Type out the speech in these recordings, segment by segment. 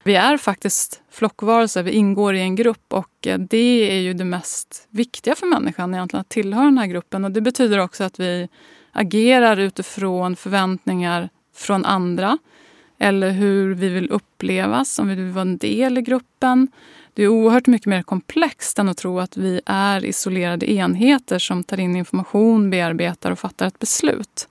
Vi är faktiskt flockvarelser, vi ingår i en grupp och det är ju det mest viktiga för människan egentligen, att tillhöra den här gruppen. Och det betyder också att vi agerar utifrån förväntningar från andra eller hur vi vill upplevas, om vi vill vara en del i gruppen. Det är oerhört mycket mer komplext än att tro att vi är isolerade enheter som tar in information, bearbetar och fattar ett beslut.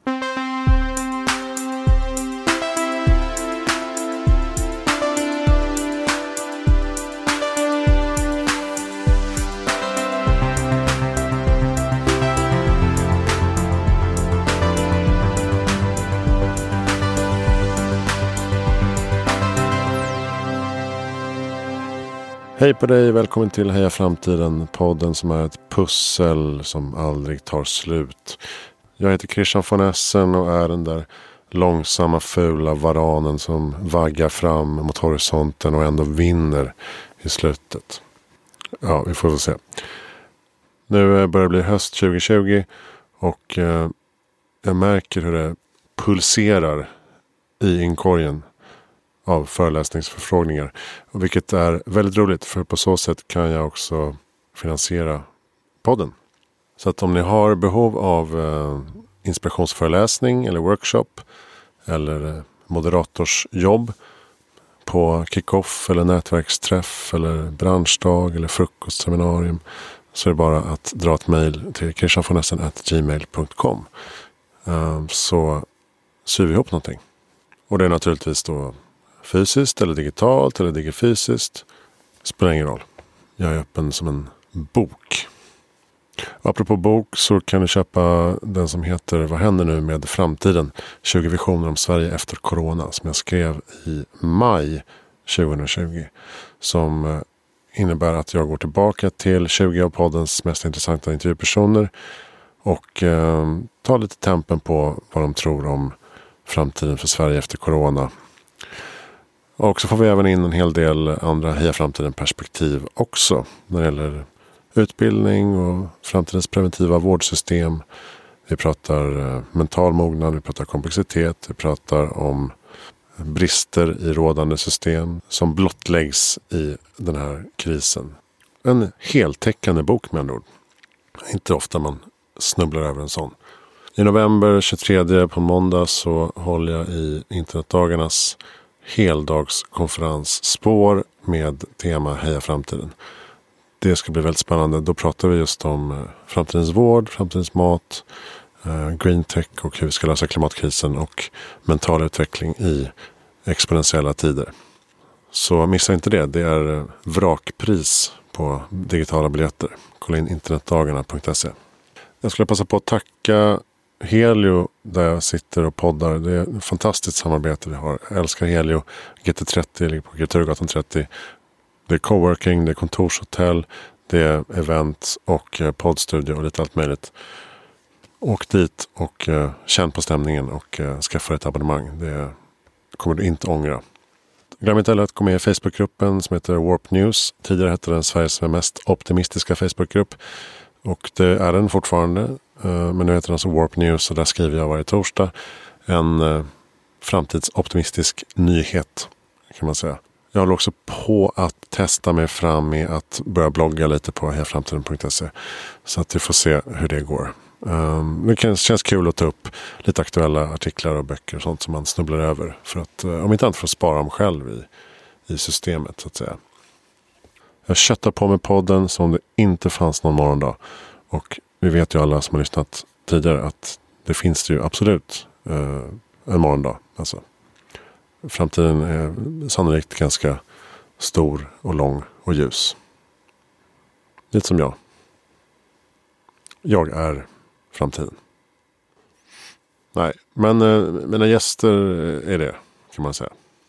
Hej på dig, välkommen till Heja Framtiden, podden som är ett pussel som aldrig tar slut. Jag heter Christian von Essen och är den där långsamma fula varanen som vaggar fram mot horisonten och ändå vinner i slutet. Ja, vi får väl se. Nu börjar det bli höst 2020 och jag märker hur det pulserar i inkorgen av föreläsningsförfrågningar. Och vilket är väldigt roligt, för på så sätt kan jag också finansiera podden. Så att om ni har behov av inspirationsföreläsning eller workshop eller moderatorsjobb på kick-off eller nätverksträff eller branschdag eller frukostseminarium, så är det bara att dra ett mejl till christianvonessen@gmail.com, så syr vi ihop någonting. Och det är naturligtvis då fysiskt eller digitalt eller digifysiskt. Spelar ingen roll. Jag är öppen som en bok. Och apropå bok så kan du köpa den som heter Vad händer nu med framtiden? 20 visioner om Sverige efter corona, som jag skrev i maj 2020. Som innebär att jag går tillbaka till 20 av poddens mest intressanta intervjupersoner och tar lite tempen på vad de tror om framtiden för Sverige efter corona. Och så får vi även in en hel del andra Heja Framtiden-perspektiv också. När det gäller utbildning och framtidens preventiva vårdsystem. Vi pratar mental mognad, vi pratar komplexitet. Vi pratar om brister i rådande system som blottläggs i den här krisen. En heltäckande bok med andra ord. Inte ofta man snubblar över en sån. I november 23 på måndag så håller jag i internetdagarnas heldagskonferensspår med tema Heja Framtiden. Det ska bli väldigt spännande. Då pratar vi just om framtidens vård, framtidens mat, green tech och hur vi ska lösa klimatkrisen och mental utveckling i exponentiella tider. Så missa inte det. Det är vrakpris på digitala biljetter. Kolla in internetdagarna.se. Jag skulle passa på att tacka Helio där jag sitter och poddar. Det är ett fantastiskt samarbete vi har. Jag älskar Helio. GT30 ligger på Kulturgatan 30. Det är coworking, det är kontorshotell, det är event och poddstudio och lite allt möjligt. Åk dit och känn på stämningen och skaffa ett abonnemang. Det kommer du inte ångra. Glöm inte heller att gå med i Facebookgruppen som heter Warp News. Tidigare hette den Sveriges mest optimistiska Facebookgrupp. Och det är den fortfarande. Men nu heter den alltså Warp News och där skriver jag varje torsdag en framtidsoptimistisk nyhet kan man säga. Jag håller också på att testa mig fram med att börja blogga lite på hejaframtiden.se så att vi får se hur det går. Det känns kul att ta upp lite aktuella artiklar och böcker och sånt som man snubblar över för att om inte annat för att spara dem själv i systemet så att säga. Jag köttar på med podden som om det inte fanns någon morgondag. Och vi vet ju alla som har lyssnat tidigare att det finns det ju absolut en morgondag. Alltså, framtiden är sannolikt ganska stor och lång och ljus. Lite som jag. Jag är framtiden. Nej, men mina gäster är det kan man säga.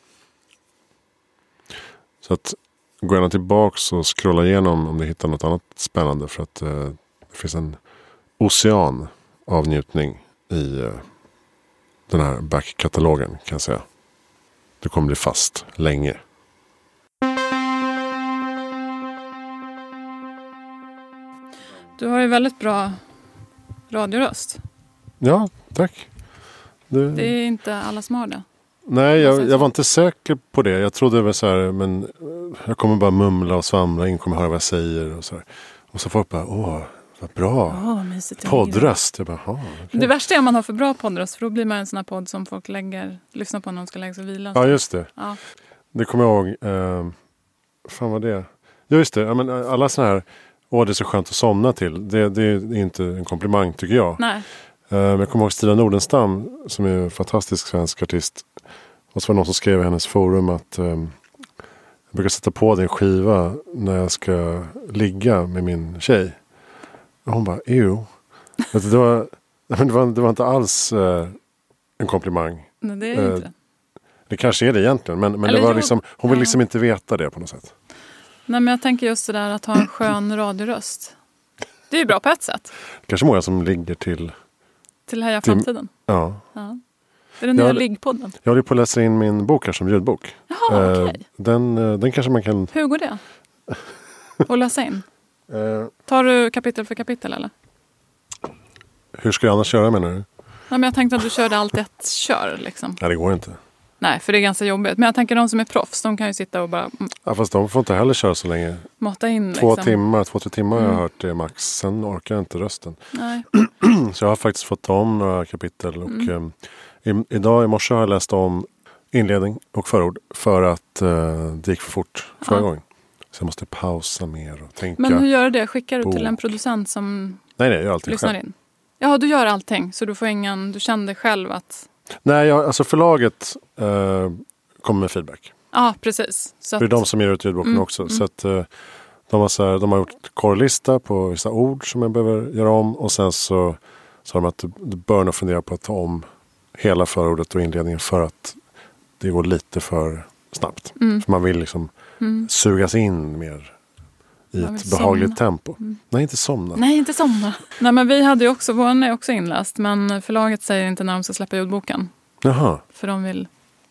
Så att gå gärna tillbaks och scrolla igenom om du hittar något annat spännande för att det finns en ocean av njutning i den här backkatalogen kan jag säga. Du kommer bli fast länge. Du har ju väldigt bra radioröst. Ja, tack. Det är inte alla som har det. Nej, jag var inte säker på det. Jag trodde det var så här, men jag kommer bara mumla och svamla, ingen kommer höra vad jag säger och så här. Och så folk bara, vad bra. Poddröst. Jag bara, okay. Det värsta är om man har för bra poddröst, för då blir man en sån här podd som folk lyssnar på när de ska lägga sig och vila. Ja, just det. Ja. Det kommer jag ihåg. Fan vad det. Ja, just det. Ja, men alla såna här, det är så skönt att somna till. Det är inte en komplimang tycker jag. Nej. Men jag kommer ihåg Stina Nordenstam som är en fantastisk svensk artist. Och så var det någon som skrev i hennes forum att jag brukar sätta på din skiva när jag ska ligga med min tjej. Och hon bara, det var inte alls en komplimang. Nej, det är inte. Det kanske är det egentligen, men det var liksom, hon vill liksom inte veta det på något sätt. Nej, men jag tänker just det där att ha en skön radioröst. Det är ju bra på ett sätt. Kanske många som ligger till Heja Framtiden. Ja. Det är den nya liggpodden. Jag håller på att läsa in min bok här som ljudbok. Jaha, okej. Den kanske man kan... Hur går det? Att läsa in? Tar du kapitel för kapitel eller? Hur ska jag annars göra menar du? Ja, men jag tänkte att du körde allt ett kör liksom. Nej, det går inte. Nej, för det är ganska jobbigt. Men jag tänker de som är proffs, de kan ju sitta och bara... Ja, fast de får inte heller köra så länge. Mata in liksom. 2-3 timmar har jag hört det max. Sen orkar jag inte rösten. Nej. Så jag har faktiskt fått ta om några kapitel. Och idag i morse har jag läst om inledning och förord. För att det gick för fort förra gången. Så jag måste pausa mer och tänka. Men hur gör du det? Skickar du till en producent som Nej, jag gör allting lyssnar själv. In? Ja, du gör allting. Så du får du kände själv att... Nej, alltså förlaget kommer med feedback. Ja, precis. Så det är de som ger ut ljudboken också. Så att de har gjort korrlista på vissa ord som jag behöver göra om. Och sen så sa de att du bör nog fundera på att ta om hela förordet och inledningen för att det går lite för snabbt. För man vill liksom sugas in mer i ett behagligt tempo. Nej, inte somna. Nej, men vi hade ju också, våran är också inläst. Men förlaget säger inte när de ska släppa ljudboken. Jaha. För de vill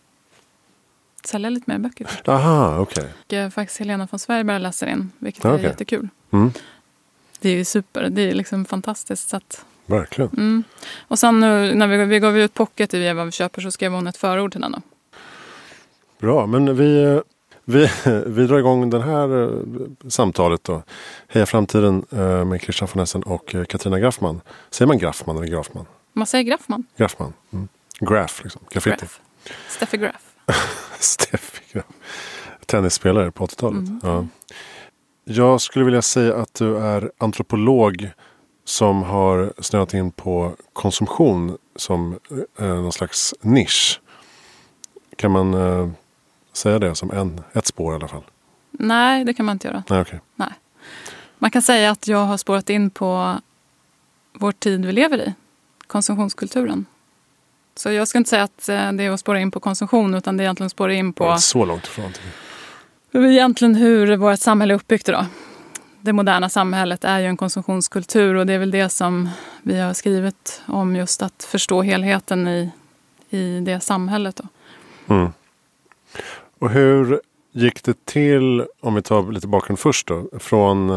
sälja lite mer böcker. Aha, okej. Och faktiskt Helena från Sverige läser in, vilket är jättekul. Det är ju super, det är liksom fantastiskt. Så att... Verkligen. Och sen nu, när vi gav ut pocket i vad vi köper så skrev hon ett förord till den då. Bra, men vi drar igång det här samtalet då. Heja Framtiden med Christian von Essen och Katarina Graffman. Säger man Graffman eller Graffman? Man säger Graffman. Graffman. Graff liksom. Graffiti. Steffi Graff. Steffi Graff. Tennisspelare på 80-talet. Ja. Jag skulle vilja säga att du är antropolog som har snöat in på konsumtion som någon slags nisch. Kan man säga det som ett spår i alla fall? Nej, det kan man inte göra. Nej, okay. Nej. Man kan säga att jag har spårat in på vår tid vi lever i. Konsumtionskulturen. Så jag ska inte säga att det är att spåra in på konsumtion utan det är egentligen att spåra in på... Så långt ifrån. Det är egentligen hur vårt samhälle är uppbyggt då. Det moderna samhället är ju en konsumtionskultur och det är väl det som vi har skrivit om, just att förstå helheten i det samhället då. Och hur gick det till, om vi tar lite bakgrund först då, från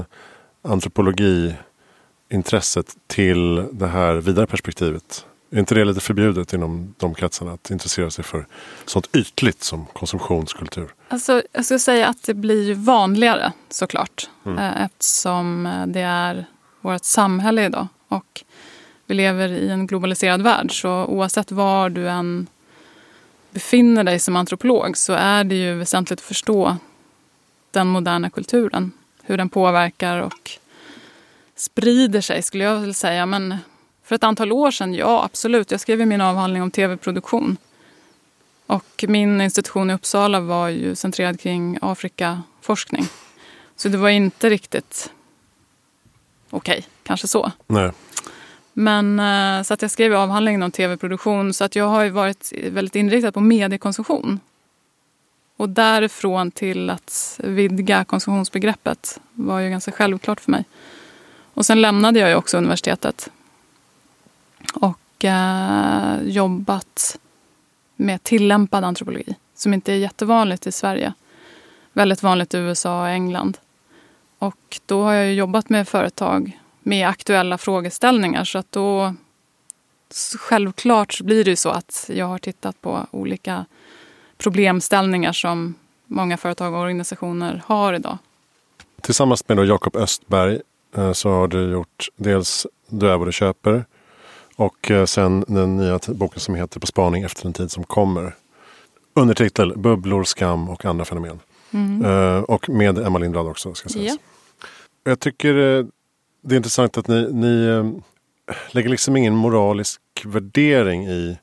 antropologiintresset till det här vidare perspektivet? Är inte det lite förbjudet inom de kretsarna att intressera sig för sånt ytligt som konsumtionskultur? Alltså, jag skulle säga att det blir ju vanligare såklart. Eftersom det är vårt samhälle idag. Och vi lever i en globaliserad värld. Så oavsett var du än befinner dig som antropolog så är det ju väsentligt att förstå den moderna kulturen. Hur den påverkar och sprider sig skulle jag vilja säga. Men för ett antal år sedan, ja absolut. Jag skrev min avhandling om tv-produktion. Och min institution i Uppsala var ju centrerad kring Afrikaforskning. Så det var inte riktigt okej, kanske så. Nej. Men så att jag skrev avhandlingen om tv-produktion så att jag har ju varit väldigt inriktad på mediekonsumtion. Och därifrån till att vidga konsumtionsbegreppet var ju ganska självklart för mig. Och sen lämnade jag ju också universitetet. Och jobbat med tillämpad antropologi. Som inte är jättevanligt i Sverige. Väldigt vanligt i USA och England. Och då har jag ju jobbat med företag med aktuella frågeställningar. Så att då självklart blir det ju så att jag har tittat på olika problemställningar som många företag och organisationer har idag. Tillsammans med Jakob Östberg så har du gjort dels Du är vad du köper och sen den nya boken som heter På spaning efter den tid som kommer. Undertitel Bubblor, skam och andra fenomen. Och med Emma Lindblad också, ska sägas. Ja. Jag tycker det är intressant att ni lägger liksom ingen moralisk värdering i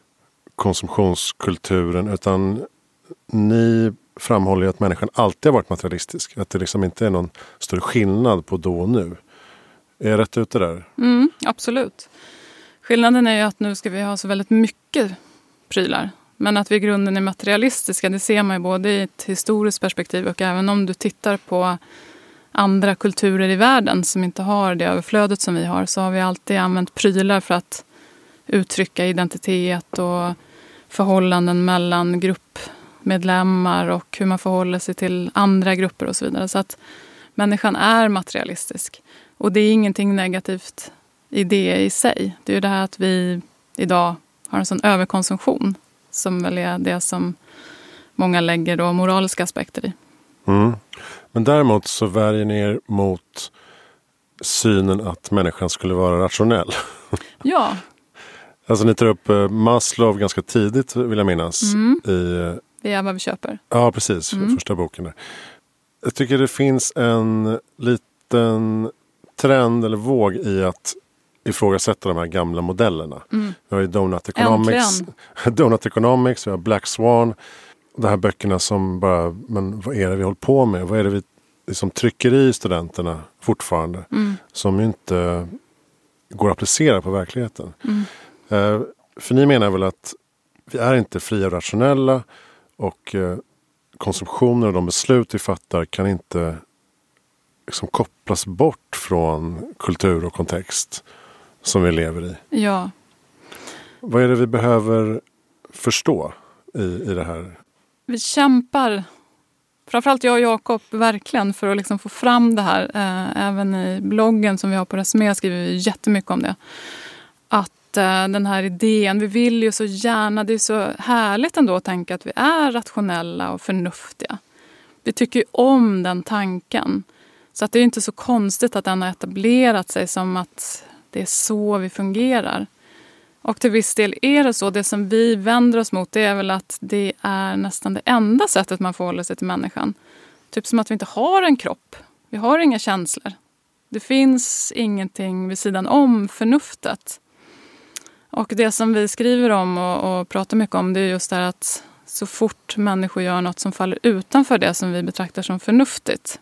konsumtionskulturen, utan ni framhåller att människan alltid har varit materialistisk. Att det liksom inte är någon större skillnad på då och nu. Är jag rätt ute där? Absolut. Skillnaden är ju att nu ska vi ha så väldigt mycket prylar. Men att vi i grunden är materialistiska, det ser man ju både i ett historiskt perspektiv och även om du tittar på andra kulturer i världen som inte har det överflödet som vi har, så har vi alltid använt prylar för att uttrycka identitet och förhållanden mellan gruppmedlemmar och hur man förhåller sig till andra grupper och så vidare. Så att människan är materialistisk. Och det är ingenting negativt i det i sig. Det är ju det här att vi idag har en sån överkonsumtion som väl är det som många lägger då moraliska aspekter i. Men däremot så värjer ni er mot synen att människan skulle vara rationell. Ja. Alltså ni tar upp Maslow ganska tidigt, vill jag minnas. Det är vad vi köper. Ja, precis. Första boken där. Jag tycker det finns en liten trend eller våg i att ifrågasätta de här gamla modellerna. Vi har ju Donut Economics, vi har Black Swan. De här böckerna som bara, men vad är det vi håller på med? Vad är det vi liksom trycker i studenterna fortfarande? Som ju inte går att applicera på verkligheten. För ni menar väl att vi är inte fria och rationella och konsumtionen och de beslut vi fattar kan inte liksom kopplas bort från kultur och kontext som vi lever i. Ja. Vad är det vi behöver förstå i det här? Vi kämpar, framförallt jag och Jakob, verkligen för att liksom få fram det här. Även i bloggen som vi har på Resumé skriver vi jättemycket om det. Att den här idén, vi vill ju så gärna, det är så härligt ändå att tänka att vi är rationella och förnuftiga. Vi tycker ju om den tanken. Så att det är inte så konstigt att den har etablerat sig som att det är så vi fungerar. Och till viss del är det så. Det som vi vänder oss mot, det är väl att det är nästan det enda sättet man förhåller sig till människan. Typ som att vi inte har en kropp. Vi har inga känslor. Det finns ingenting vid sidan om förnuftet. Och det som vi skriver om och pratar mycket om, det är just det här att så fort människor gör något som faller utanför det som vi betraktar som förnuftigt,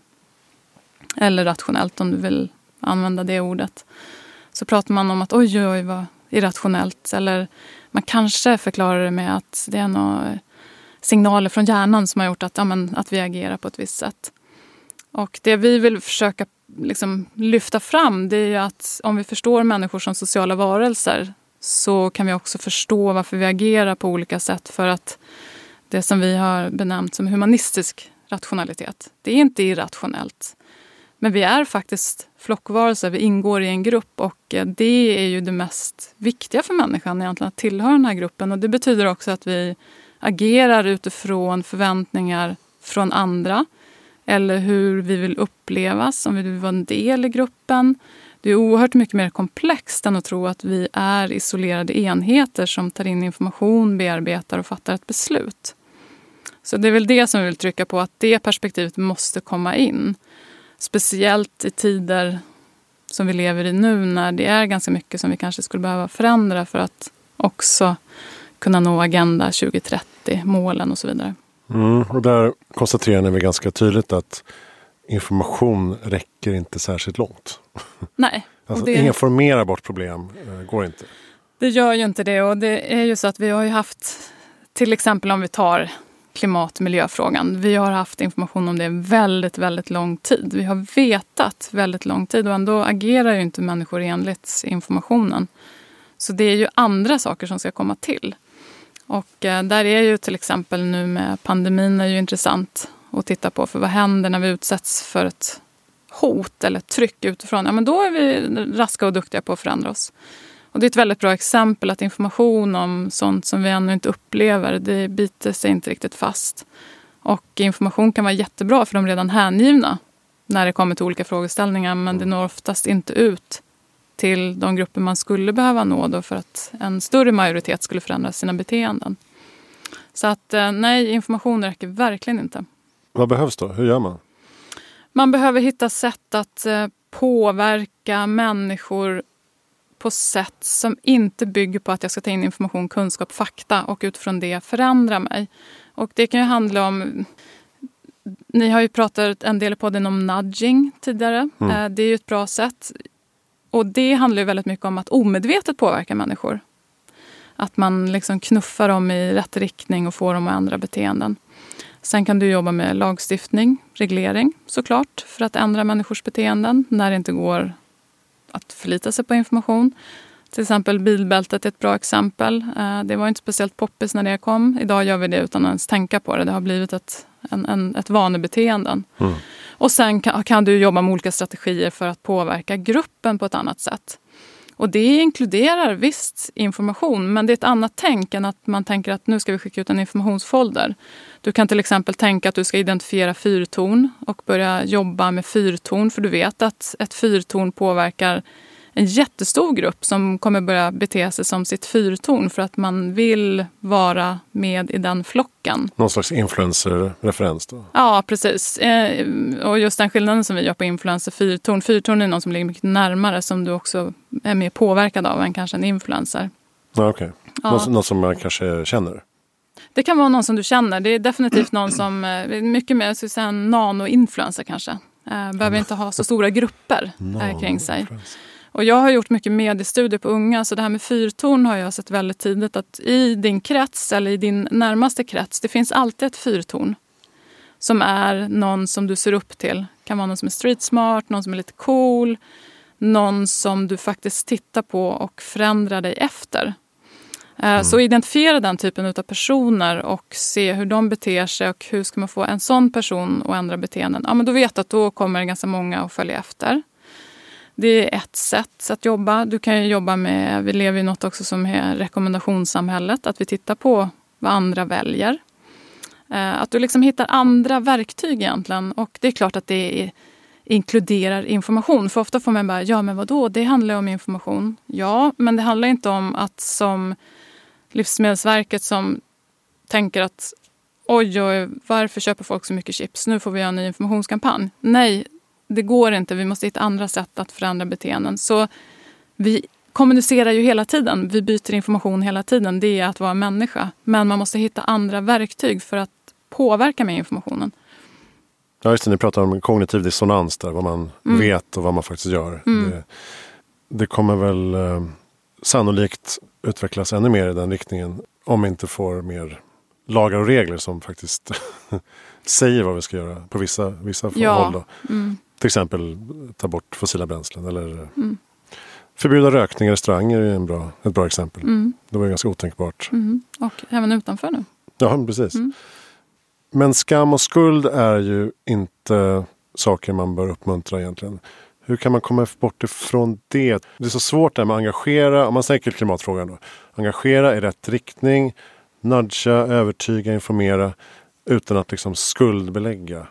eller rationellt om du vill använda det ordet, så pratar man om att oj vad irrationellt. Eller man kanske förklarar det med att det är några signaler från hjärnan som har gjort att vi agerar på ett visst sätt. Och det vi vill försöka liksom lyfta fram, det är ju att om vi förstår människor som sociala varelser, så kan vi också förstå varför vi agerar på olika sätt, för att det som vi har benämnt som humanistisk rationalitet, det är inte irrationellt. Men vi är faktiskt flockvarelser, vi ingår i en grupp och det är ju det mest viktiga för människan egentligen, att tillhöra den här gruppen. Och det betyder också att vi agerar utifrån förväntningar från andra eller hur vi vill upplevas, om vi vill vara en del i gruppen. Det är oerhört mycket mer komplext än att tro att vi är isolerade enheter som tar in information, bearbetar och fattar ett beslut. Så det är väl det som vi vill trycka på, att det perspektivet måste komma in. Speciellt i tider som vi lever i nu, när det är ganska mycket som vi kanske skulle behöva förändra för att också kunna nå Agenda 2030-målen och så vidare. Och där konstaterar vi ganska tydligt att information räcker inte särskilt långt. Nej. Alltså, informera bort problem går inte. Det gör ju inte det, och det är ju så att vi har ju haft, till exempel om vi tar klimat- och miljöfrågan. Vi har haft information om det väldigt, väldigt lång tid. Vi har vetat väldigt lång tid och ändå agerar ju inte människor enligt informationen. Så det är ju andra saker som ska komma till. Och där är ju till exempel nu med pandemin är ju intressant att titta på. För vad händer när vi utsätts för ett hot eller ett tryck utifrån? Ja, men då är vi raska och duktiga på att förändra oss. Och det är ett väldigt bra exempel att information om sånt som vi ännu inte upplever, det biter sig inte riktigt fast. Och information kan vara jättebra för de redan hängivna när det kommer till olika frågeställningar, men det når oftast inte ut till de grupper man skulle behöva nå då för att en större majoritet skulle förändra sina beteenden. Så att nej, information räcker verkligen inte. Vad behövs då? Hur gör man? Man behöver hitta sätt att påverka människor på sätt som inte bygger på att jag ska ta in information, kunskap, fakta och utifrån det förändra mig. Och det kan ju handla om... Ni har ju pratat en del på den om nudging tidigare. Det är ju ett bra sätt. Och det handlar ju väldigt mycket om att omedvetet påverka människor. Att man liksom knuffar dem i rätt riktning och får dem att ändra beteenden. Sen kan du jobba med lagstiftning, reglering såklart, för att ändra människors beteenden när det inte går att förlita sig på information. Till exempel bilbältet är ett bra exempel. Det var inte speciellt poppis när det kom. Idag gör vi det utan att ens tänka på det. Det har blivit ett vanebeteenden. Och sen kan du jobba med olika strategier för att påverka gruppen på ett annat sätt. Och det inkluderar visst information, men det är ett annat tänk än att man tänker att nu ska vi skicka ut en informationsfolder. Du kan till exempel tänka att du ska identifiera fyrtorn och börja jobba med fyrtorn, för du vet att ett fyrtorn påverkar en jättestor grupp som kommer börja bete sig som sitt fyrtorn för att man vill vara med i den flocken. Någon slags influencer-referens då? Ja, precis. Och just den skillnaden som vi gör på influencer fyrtorn. Fyrtorn är någon som ligger mycket närmare som du också är mer påverkad av än kanske en influencer. Ja, okej. Ja. Någon som man kanske känner? Det kan vara någon som du känner. Det är definitivt någon som mycket mer så att säga, en nano-influencer kanske. Behöver inte ha så stora grupper kring sig. Och jag har gjort mycket mediestudier på unga, så det här med fyrtorn har jag sett väldigt tidigt att i din krets eller i din närmaste krets, det finns alltid ett fyrtorn som är någon som du ser upp till. Det kan vara någon som är street smart, någon som är lite cool, någon som du faktiskt tittar på och förändrar dig efter. Så identifiera den typen av personer och se hur de beter sig och hur ska man få en sån person att ändra beteenden. Ja, men då vet du att då kommer ganska många att följa efter. Det är ett sätt att jobba. Du kan ju jobba med, vi lever i något också som är rekommendationssamhället, att vi tittar på vad andra väljer. Att du liksom hittar andra verktyg egentligen, och det är klart att det inkluderar information. För ofta får man bara, ja men vadå, det handlar om information. Ja, men det handlar inte om att som Livsmedelsverket som tänker att oj, varför köper folk så mycket chips? Nu får vi göra en ny informationskampanj. Nej, det går inte. Vi måste hitta andra sätt att förändra beteenden. Så vi kommunicerar ju hela tiden. Vi byter information hela tiden. Det är att vara människa. Men man måste hitta andra verktyg för att påverka med informationen. Ja, just det. Ni pratar om kognitiv dissonans där. Vad man vet och vad man faktiskt gör. Det kommer väl sannolikt utvecklas ännu mer i den riktningen. Om vi inte får mer lagar och regler som faktiskt säger vad vi ska göra på vissa håll då. Till exempel ta bort fossila bränslen eller förbjuda rökning i restauranger är ett bra exempel. Det var ju ganska otänkbart. Och även utanför nu. Ja, precis. Men skam och skuld är ju inte saker man bör uppmuntra egentligen. Hur kan man komma bort ifrån det? Det är så svårt där med att engagera, om man tänker klimatfrågan då. Engagera i rätt riktning, nudga, övertyga, informera utan att liksom skuldbelägga.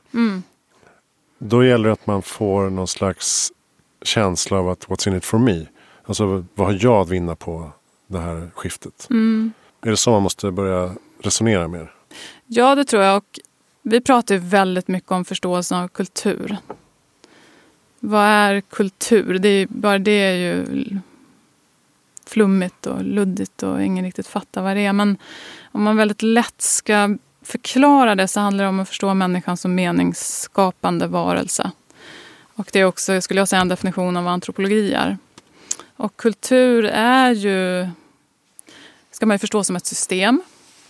Då gäller det att man får någon slags känsla av att what's in it for me? Alltså vad har jag att vinna på det här skiftet? Är det så man måste börja resonera mer? Ja, det tror jag. Och vi pratar ju väldigt mycket om förståelsen av kultur. Vad är kultur? Det är ju flummigt och luddigt och ingen riktigt fattar vad det är. Men om man väldigt lätt ska förklara det så handlar det om att förstå människan som meningsskapande varelse. Och det är också, skulle jag säga, en definition av vad antropologi är. Och kultur är ju, ska man ju förstå som ett system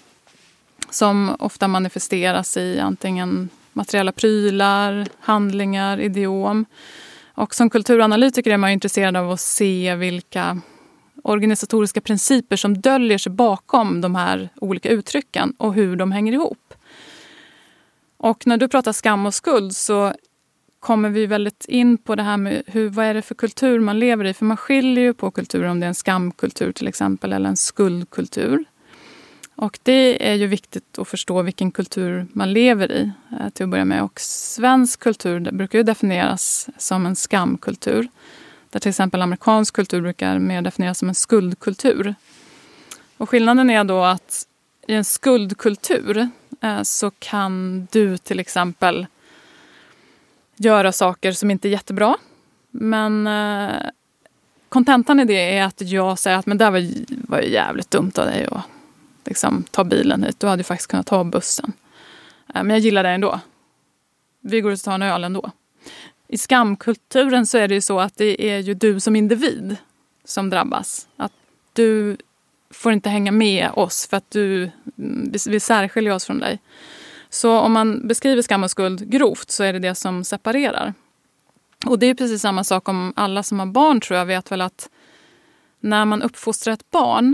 som ofta manifesteras i antingen materiella prylar, handlingar, idiom. Och som kulturanalytiker är man intresserad av att se vilka organisatoriska principer som döljer sig bakom de här olika uttrycken och hur de hänger ihop. Och när du pratar skam och skuld så kommer vi väldigt in på det här med vad är det för kultur man lever i. För man skiljer ju på kultur om det är en skamkultur till exempel eller en skuldkultur. Och det är ju viktigt att förstå vilken kultur man lever i till att börja med. Och svensk kultur brukar ju definieras som en skamkultur. Där till exempel amerikansk kultur brukar mer definieras som en skuldkultur. Och skillnaden är då att i en skuldkultur så kan du till exempel göra saker som inte är jättebra. Men kontentan i det är att jag säger att men det var ju jävligt dumt av dig att liksom, ta bilen hit. Du hade ju faktiskt kunnat ta bussen. Men jag gillar det ändå. Vi går ut och tar en öl ändå. I skamkulturen så är det ju så att det är ju du som individ som drabbas. Att du får inte hänga med oss för att vi särskiljer oss från dig. Så om man beskriver skam och skuld grovt så är det det som separerar. Och det är precis samma sak om alla som har barn tror jag vet väl att när man uppfostrar ett barn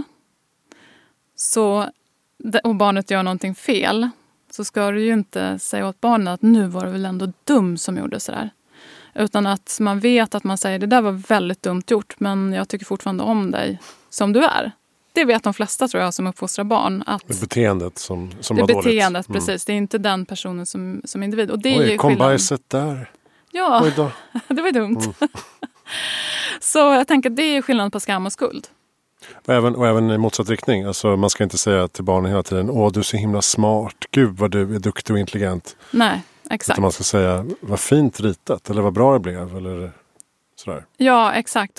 och barnet gör någonting fel så ska du ju inte säga åt barnet att nu var det väl ändå dum som gjorde sådär. Utan att man vet att man säger det där var väldigt dumt gjort men jag tycker fortfarande om dig som du är. Det vet de flesta tror jag som uppfostrar barn. Att det beteendet som det var dåligt. Beteendet, precis. Det är inte den personen som individ. Och det är ju kom bajset där. Ja, det var dumt. Så jag tänker att det är skillnad på skam och skuld. Och även i motsatt riktning. Alltså, man ska inte säga till barnen hela tiden åh du är så himla smart. Gud vad du är duktig och intelligent. Nej, exakt. Utan man ska säga vad fint ritat eller vad bra det blev. Eller sådär. Ja, exakt.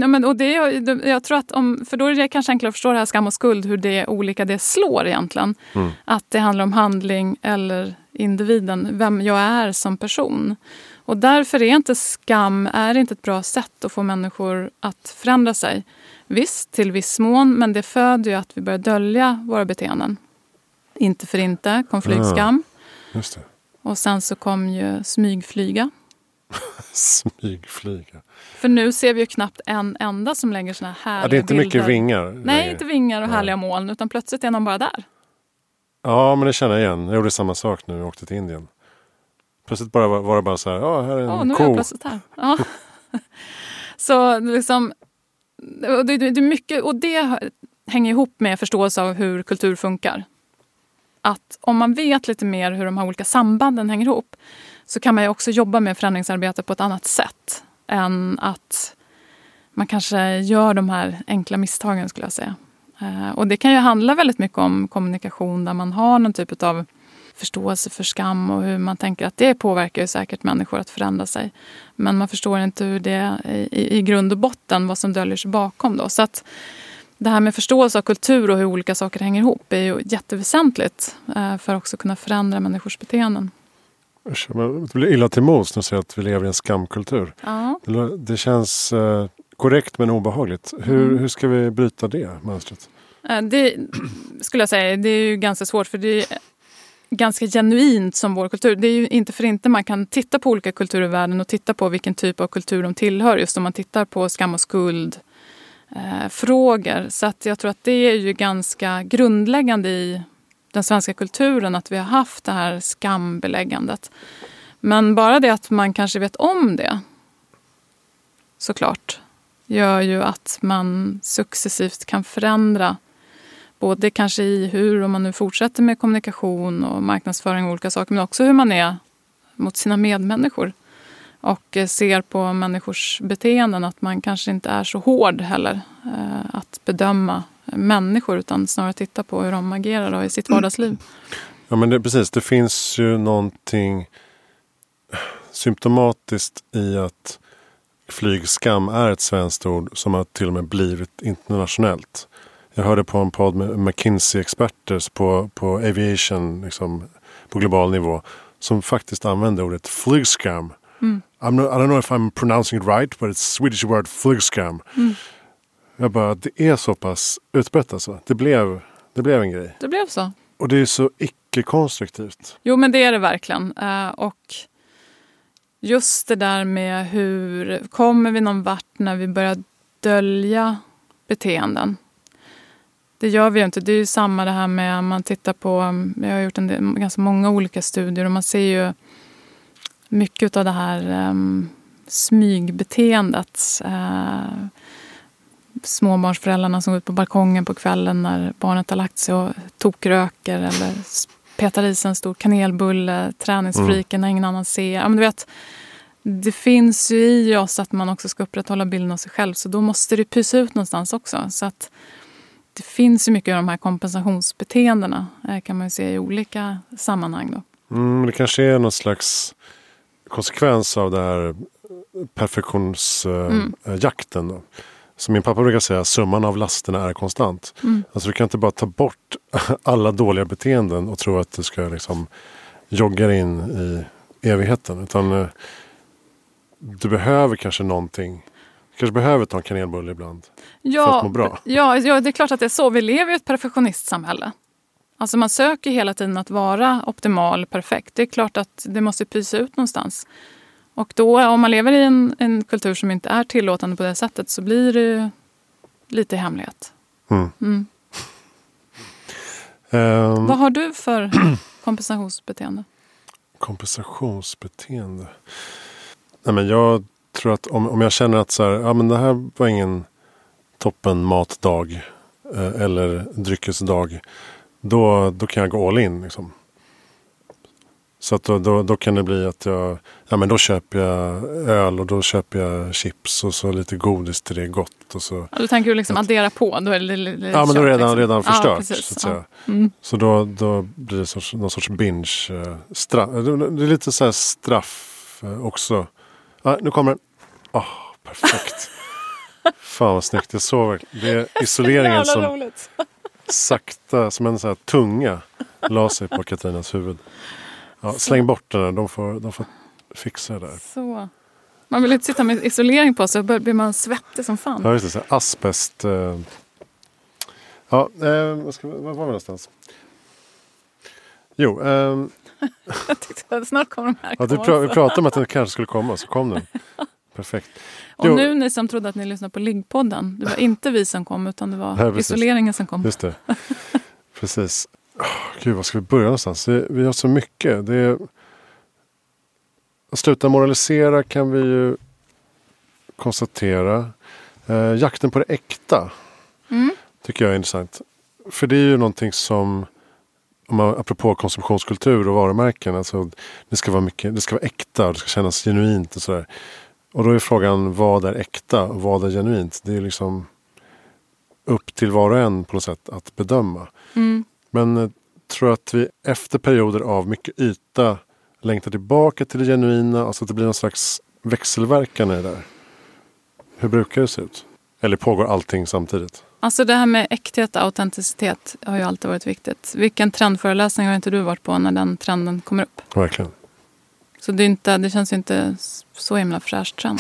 Jag tror att för då är det kanske enklare att förstå det här skam och skuld. Hur det är olika det slår egentligen. Att det handlar om handling eller individen. Vem jag är som person. Och därför är inte skam inte ett bra sätt att få människor att förändra sig. Visst, till viss mån, men det föder ju att vi börjar dölja våra beteenden. Inte för inte, kom flygskam. Just det. Och sen så kom ju smygflyga. Smygflyga. För nu ser vi ju knappt en enda som lägger såna här härliga det är inte bilder. Mycket vingar. Nej, inte vingar och härliga moln, utan plötsligt är någon bara där. Ja, men det känner jag igen. Jag gjorde samma sak nu när jag åkte till Indien. Plötsligt var det bara så här, här är en nu ko. är jag plötsligt här. Ja. Så liksom, det är mycket, och det hänger ihop med förståelse av hur kultur funkar. Att om man vet lite mer hur de här olika sambanden hänger ihop så kan man ju också jobba med förändringsarbete på ett annat sätt än att man kanske gör de här enkla misstagen skulle jag säga. Och det kan ju handla väldigt mycket om kommunikation där man har någon typ av förståelse för skam och hur man tänker att det påverkar ju säkert människor att förändra sig. Men man förstår inte hur det i grund och botten vad som döljer sig bakom då. Så att det här med förståelse av kultur och hur olika saker hänger ihop är ju jätteväsentligt för att också kunna förändra människors beteenden. Det blir illa till mods när du säger att vi lever i en skamkultur. Ja. Det känns korrekt men obehagligt. Hur ska vi bryta det mönstret? Det skulle jag säga, det är ju ganska svårt för det är ganska genuint som vår kultur. Det är ju inte för inte man kan titta på olika kulturer i världen och titta på vilken typ av kultur de tillhör. Just om man tittar på skam och skuld frågor. Så att jag tror att det är ju ganska grundläggande i den svenska kulturen att vi har haft det här skambeläggandet. Men bara det att man kanske vet om det såklart gör ju att man successivt kan förändra både kanske i hur om man nu fortsätter med kommunikation och marknadsföring och olika saker men också hur man är mot sina medmänniskor. Och ser på människors beteenden att man kanske inte är så hård heller att bedöma människor utan snarare titta på hur de agerar då i sitt vardagsliv. Ja men precis, det finns ju någonting symptomatiskt i att flygskam är ett svenskt ord som har till och med blivit internationellt. Jag hörde på en podd med McKinsey-experter på aviation liksom, på global nivå som faktiskt använde ordet flygskam. I don't know if I'm pronouncing it right, but it's Swedish word flygskam. Jag bara, det är så pass utbrett alltså. Det blev en grej. Det blev så. Och det är så icke-konstruktivt. Jo, men det är det verkligen. Och just det där med hur kommer vi någon vart när vi börjar dölja beteenden. Det gör vi ju inte. Det är ju samma det här med man tittar på, jag har gjort ganska många olika studier och man ser ju mycket av det här smygbeteendet. Småbarnsföräldrarna som går ut på balkongen på kvällen när barnet har lagt sig och tokröker eller petar i sig en stor kanelbulle, träningsfreaken när ingen annan ser. Ja, men du vet, det finns ju i oss att man också ska upprätthålla bilden av sig själv, så då måste det pysa ut någonstans också. Så att det finns ju mycket av de här kompensationsbeteendena kan man ju se i olika sammanhang då. Det kanske är någon slags konsekvens av det här perfektionsjakten då. Som min pappa brukar säga, summan av lasterna är konstant. Alltså du kan inte bara ta bort alla dåliga beteenden och tro att du ska liksom jogga in i evigheten. Utan du behöver kanske någonting. Du kanske behöver ta en kanelbulle ibland för att må bra. Ja, det är klart att det är så. Vi lever i ett perfektionistsamhälle. Alltså man söker hela tiden att vara optimal, perfekt. Det är klart att det måste pysa ut någonstans. Och då om man lever i en kultur som inte är tillåtande på det sättet så blir det lite hemlighet. Vad har du för kompensationsbeteende? Kompensationsbeteende? Nej, men jag tror att om jag känner att så här, ja, men det här var ingen toppen matdag eller dryckesdag, då kan jag gå all in liksom. Så att då kan det bli att då köper jag öl och då köper jag chips och så lite godis till det gott. Och så. Ja, då tänker du liksom addera på? Då är det men då är det redan förstört. Precis, så att säga. Så då blir det någon sorts binge. Straff. Det är lite så här straff också. Nu kommer den. Perfekt. Fan vad snyggt. Jag såg det är isoleringen som sakta, som en så här tunga, la sig på Katrinas huvud. Ja, släng bort den där. De får fixa det där. Så. Man vill inte sitta med isolering på sig. Blir man svettig som fan. Ja, just det. Så här, asbest. Var var vi någonstans? Jo. Jag tyckte att snart kommer de här. Ja, vi pratade om att den kanske skulle komma. Så kom den. Perfekt. Och nu ni som trodde att ni lyssnade på Liggpodden. Det var inte vi som kom utan det var isoleringen som kom. Just det. Precis. Gud, vad ska vi börja någonstans? Vi har så mycket. Att sluta moralisera kan vi ju konstatera. Jakten på det äkta tycker jag är intressant. För det är ju någonting som, apropå konsumtionskultur och varumärken, alltså det ska vara äkta och det ska kännas genuint och sådär. Och då är frågan, vad är äkta och vad är genuint? Det är liksom upp till var och en på något sätt att bedöma. Men tror att vi efter perioder av mycket yta längtar tillbaka till det genuina, alltså att det blir någon slags växelverkan i det där. Hur brukar det se ut? Eller pågår allting samtidigt? Alltså det här med äkthet och autenticitet har ju alltid varit viktigt. Vilken trendföreläsning har inte du varit på när den trenden kommer upp? Verkligen. Så det känns ju inte så himla fräscht trend.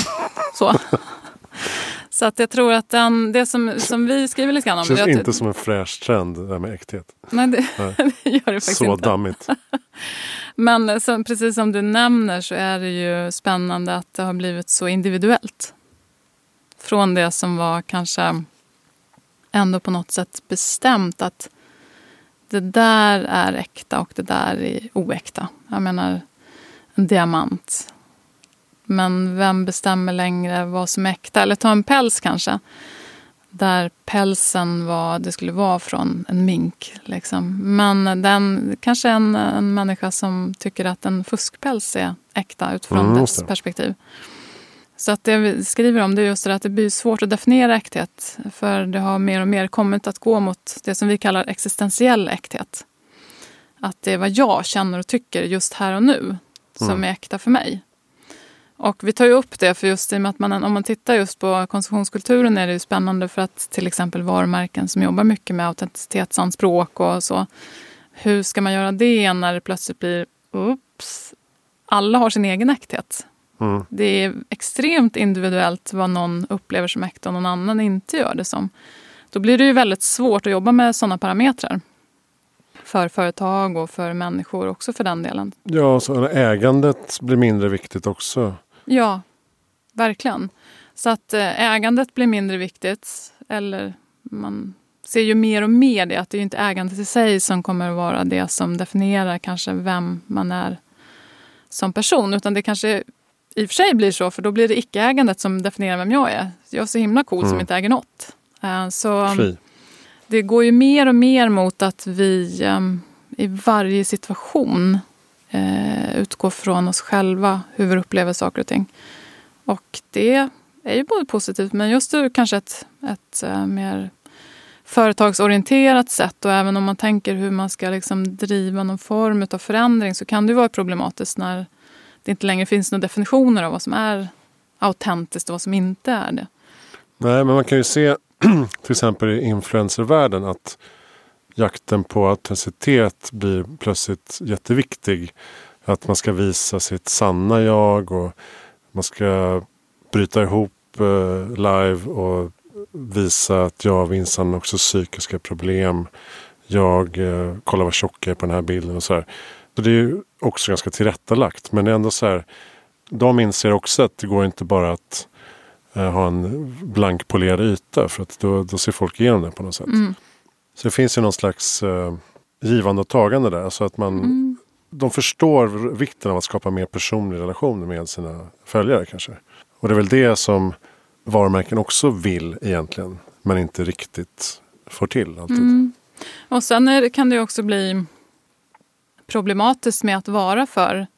Så att jag tror att det som vi skriver lite grann om... Det känns inte som en fräsch trend, det där med äkthet. Nej, det gör det faktiskt så inte. Så dammigt. Men precis som du nämner så är det ju spännande att det har blivit så individuellt. Från det som var kanske ändå på något sätt bestämt att det där är äkta och det där är oäkta. Jag menar en diamant. Men vem bestämmer längre vad som är äkta? Eller ta en päls kanske. Där pälsen det skulle vara från en mink. Liksom. Men den kanske en människa som tycker att en fuskpäls är äkta utifrån dess perspektiv. Så att det vi skriver om det är just det att det blir svårt att definiera äkthet. För det har mer och mer kommit att gå mot det som vi kallar existentiell äkthet. Att det är vad jag känner och tycker just här och nu som är äkta för mig. Och vi tar ju upp det för just i och med att om man tittar just på konsumtionskulturen är det ju spännande för att till exempel varumärken som jobbar mycket med autenticitetsanspråk och så. Hur ska man göra det när det plötsligt blir alla har sin egen äkthet. Det är extremt individuellt vad någon upplever som äkta och någon annan inte gör det som. Då blir det ju väldigt svårt att jobba med sådana parametrar. För företag och för människor också för den delen. Ja, så ägandet blir mindre viktigt också. Ja, verkligen. Så att ägandet blir mindre viktigt. Eller man ser ju mer och mer det. Att det är ju inte ägandet i sig som kommer att vara det som definierar kanske vem man är som person, utan det kanske i och för sig blir så, för då blir det icke-ägandet som definierar vem jag är. Jag är så himla cool som inte äger något. Så Fri. det går ju mer och mer mot att vi i varje situation utgår från oss själva, hur vi upplever saker och ting. Och det är ju både positivt, men just ur kanske ett mer företagsorienterat sätt, och även om man tänker hur man ska liksom driva någon form av förändring, så kan det vara problematiskt när det inte längre finns några definitioner av vad som är autentiskt och vad som inte är det. Nej, men man kan ju se till exempel i influencervärlden att jakten på autenticitet blir plötsligt jätteviktig. Att man ska visa sitt sanna jag och man ska bryta ihop live och visa att jag minsann också psykiska problem. Jag kollar vad tjock jag är på den här bilden och så här. Så det är ju också ganska tillrättalagt. Men det är ändå så här, de inser också att det går inte bara att ha en blankpolerad yta, för att då ser folk igenom det på något sätt. Så det finns ju någon slags givande och tagande där. Alltså att de förstår vikten av att skapa mer personliga relationer med sina följare kanske. Och det är väl det som varumärken också vill egentligen, men inte riktigt får till alltid. Och sen kan det också bli problematiskt med att vara för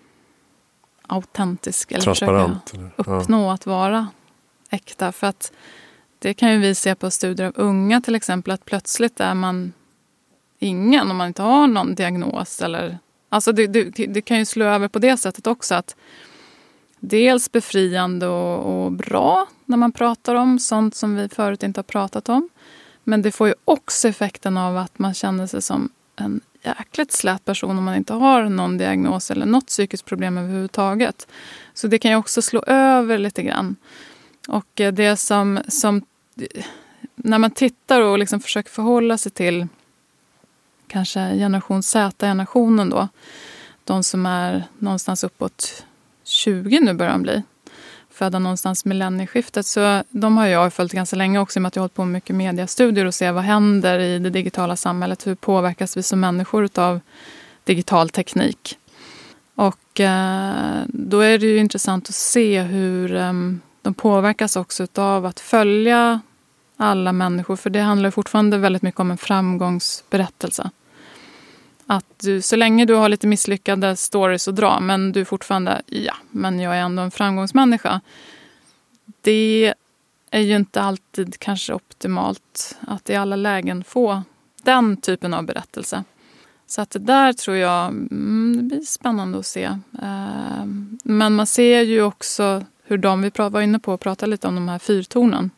autentisk eller transparent, försöka uppnå att vara äkta. För att det kan ju vi se på studier av unga till exempel, att plötsligt är man ingen om man inte har någon diagnos. Alltså det kan ju slå över på det sättet också, att dels befriande och bra när man pratar om sånt som vi förut inte har pratat om. Men det får ju också effekten av att man känner sig som en jäkligt slät person om man inte har någon diagnos eller något psykiskt problem överhuvudtaget. Så det kan ju också slå över lite grann. Och det som när man tittar och liksom försöker förhålla sig till kanske generation Z-generationen då, de som är någonstans uppåt 20 nu börjar de bli, födda någonstans millennieskiftet, så de har jag följt ganska länge också, i och med att jag har hållit på med mycket mediestudier och ser vad händer i det digitala samhället, hur påverkas vi som människor av digital teknik. Och då är det ju intressant att se hur de påverkas också av att följa alla människor, för det handlar fortfarande väldigt mycket om en framgångsberättelse. Att du, så länge du har lite misslyckade stories att dra, men du är fortfarande, men jag är ändå en framgångsmänniska. Det är ju inte alltid kanske optimalt att i alla lägen få den typen av berättelse. Så att det där tror jag det blir spännande att se. Men man ser ju också hur vi var inne på att prata lite om de här fyrtornen.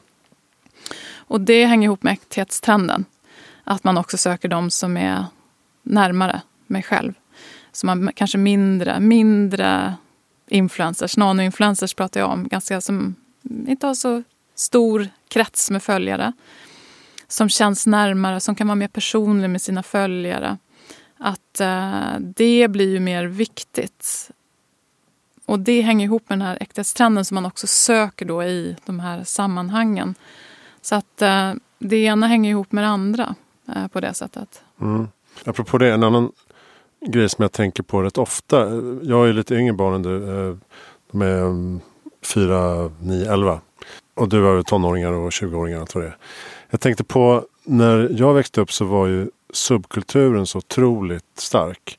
Och det hänger ihop med äkthetstrenden. Att man också söker de som är närmare mig själv. Så man kanske mindre influencers, nano-influencers pratar jag om. Ganska som inte har så stor krets med följare. Som känns närmare, som kan vara mer personlig med sina följare. Att det blir ju mer viktigt. Och det hänger ihop med den här äktetstrenden som man också söker då i de här sammanhangen. Så att det ena hänger ihop med det andra på det sättet. Apropå det, en annan grej som jag tänker på rätt ofta. Jag är lite yngre barn än du. De är 4, 9, 11. Och du har tonåringar och 20-åringar, tror jag. Jag tänkte på, när jag växte upp så var ju subkulturen så otroligt stark.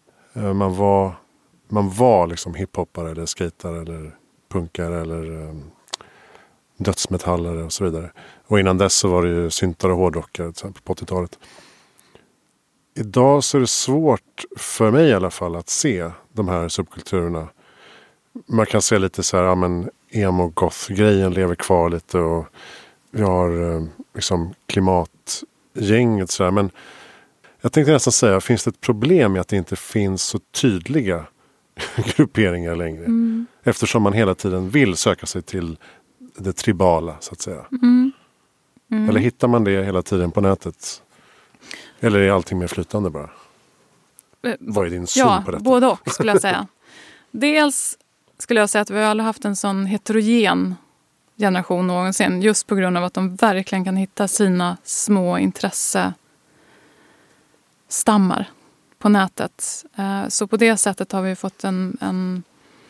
Man var liksom hiphoppare eller skatare eller punkare eller dödsmetallare och så vidare. Och innan dess så var det ju syntare och hårdrockare till exempel på 80-talet. Idag så är det svårt, för mig i alla fall, att se de här subkulturerna. Man kan se lite så här, men emo-goth-grejen lever kvar lite, och vi har liksom klimatgänget så här. Men jag tänkte nästan säga, finns det ett problem med att det inte finns så tydliga grupperingar längre? Eftersom man hela tiden vill söka sig till det tribala, så att säga. Eller hittar man det hela tiden på nätet? Eller är allting mer flytande bara? Vad är din syn på detta? Ja, både och skulle jag säga. Dels skulle jag säga att vi har aldrig haft en sån heterogen generation någonsin. Just på grund av att de verkligen kan hitta sina små intressestammar på nätet. Så på det sättet har vi fått en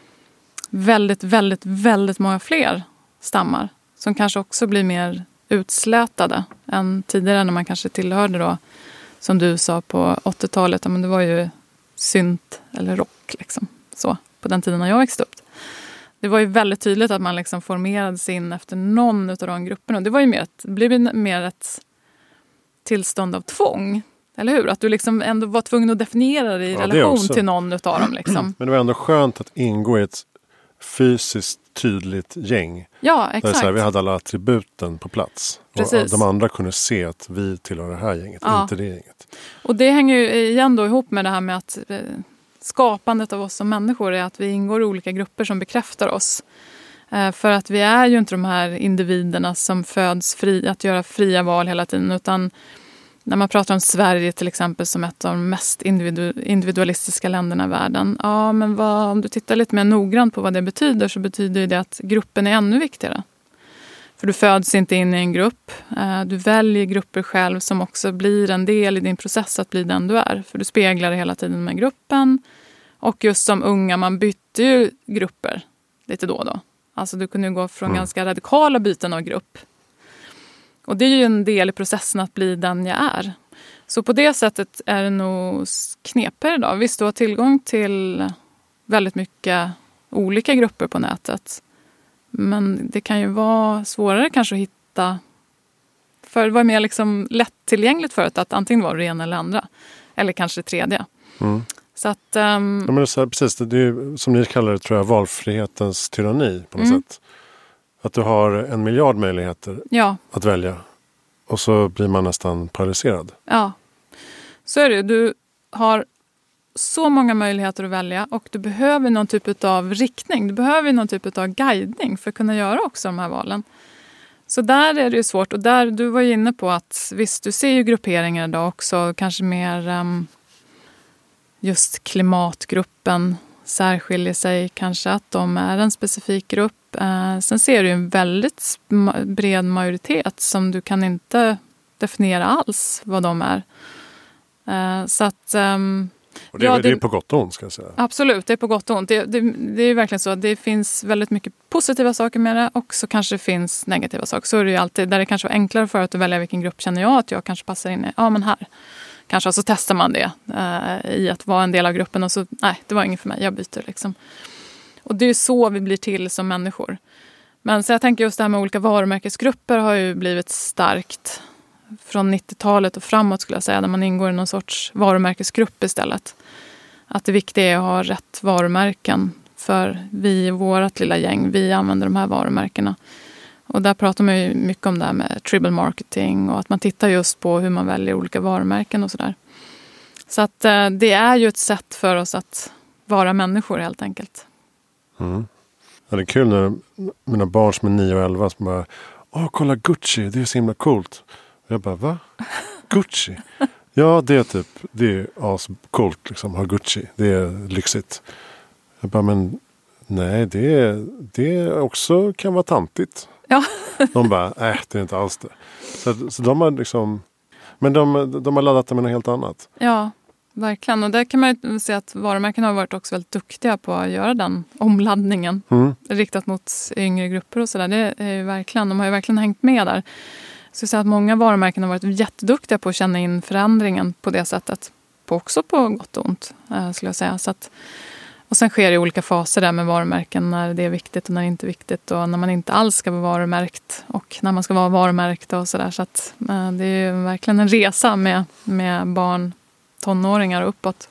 väldigt, väldigt, väldigt många fler stammar som kanske också blir mer utslätade än tidigare när man kanske tillhörde då, som du sa på 80-talet, men det var ju synt eller rock liksom, så på den tiden när jag växte upp. Det var ju väldigt tydligt att man liksom formerade sig in efter någon av de grupperna. Det var ju mer ett tillstånd av tvång, eller hur? Att du liksom ändå var tvungen att definiera dig i relation till någon av dem. Liksom. Men det var ändå skönt att ingå i ett fysiskt tydligt gäng. Ja, exakt. Där så här, vi hade alla attributen på plats. Precis. Och de andra kunde se att vi tillhör det här gänget, inte det gänget. Och det hänger ju igen då ihop med det här med att skapandet av oss som människor är att vi ingår i olika grupper som bekräftar oss. För att vi är ju inte de här individerna som föds att göra fria val hela tiden, utan när man pratar om Sverige till exempel som ett av de mest individualistiska länderna i världen. Ja, men om du tittar lite mer noggrant på vad det betyder, så betyder det att gruppen är ännu viktigare. För du föds inte in i en grupp. Du väljer grupper själv som också blir en del i din process att bli den du är. För du speglar det hela tiden med gruppen. Och just som unga, man bytte ju grupper lite då och då. Alltså du kunde gå från ganska radikala byten av grupp. Och det är ju en del i processen att bli den jag är. Så på det sättet är det nog knepigare idag. Visst, du har tillgång till väldigt mycket olika grupper på nätet. Men det kan ju vara svårare kanske att hitta. För det var mer liksom lättillgängligt förut att antingen vara det ena eller andra. Eller kanske det tredje. Så att, ja, men det är så här, precis, det är ju, som ni kallar det, tror jag, valfrihetens tyranni på något sätt. Att du har 1 miljard möjligheter att välja. Och så blir man nästan paralyserad. Ja, så är det. Du har så många möjligheter att välja och du behöver någon typ av riktning. Du behöver någon typ av guidning för att kunna göra också de här valen. Så där är det ju svårt. Och där, du var ju inne på att visst, du ser ju grupperingar idag också. Kanske mer just klimatgruppen särskiljer sig. Kanske att de är en specifik grupp. Sen ser du en väldigt bred majoritet som du kan inte definiera alls vad de är. Så att... och det är på gott och ont, ska jag säga. Absolut, det är på gott och ont. Det är ju verkligen så att det finns väldigt mycket positiva saker med det och så kanske det finns negativa saker. Så är det ju alltid, där det kanske var enklare för att välja vilken grupp känner jag att jag kanske passar in i. Ja, men här. Kanske så testar man det i att vara en del av gruppen och så, nej, det var inget för mig, jag byter liksom. Och det är så vi blir till som människor. Men så jag tänker just det här med olika varumärkesgrupper har ju blivit starkt från 90-talet och framåt skulle jag säga. Där man ingår i någon sorts varumärkesgrupp istället. Att det viktiga är att ha rätt varumärken. För vi i vårt lilla gäng, vi använder de här varumärkena. Och där pratar man ju mycket om det här med tribal marketing. Och att man tittar just på hur man väljer olika varumärken och sådär. Så att det är ju ett sätt för oss att vara människor helt enkelt. Ja, det är kul när mina barn som är 9 och 11 som bara, kolla Gucci, det är så himla coolt. Och jag bara, va? Gucci? Ja, det är ascoolt liksom, ha Gucci. Det är lyxigt. Jag bara, men nej, det också kan vara tantigt. Ja. De bara, det är inte alls det. Så de har liksom, men de har laddat det med något helt annat. Ja, verkligen. Och där kan man ju se att varumärken har varit också väldigt duktiga på att göra den omladdningen. Riktat mot yngre grupper och sådär. Det är ju verkligen, de har ju verkligen hängt med där. Så jag säger att många varumärken har varit jätteduktiga på att känna in förändringen på det sättet. Också på gott och ont, skulle jag säga. Så att, och sen sker det i olika faser där med varumärken. När det är viktigt och när det inte är viktigt. Och när man inte alls ska vara varumärkt. Och när man ska vara varumärkt och sådär. Så att det är ju verkligen en resa med barn, tonåringar och uppåt.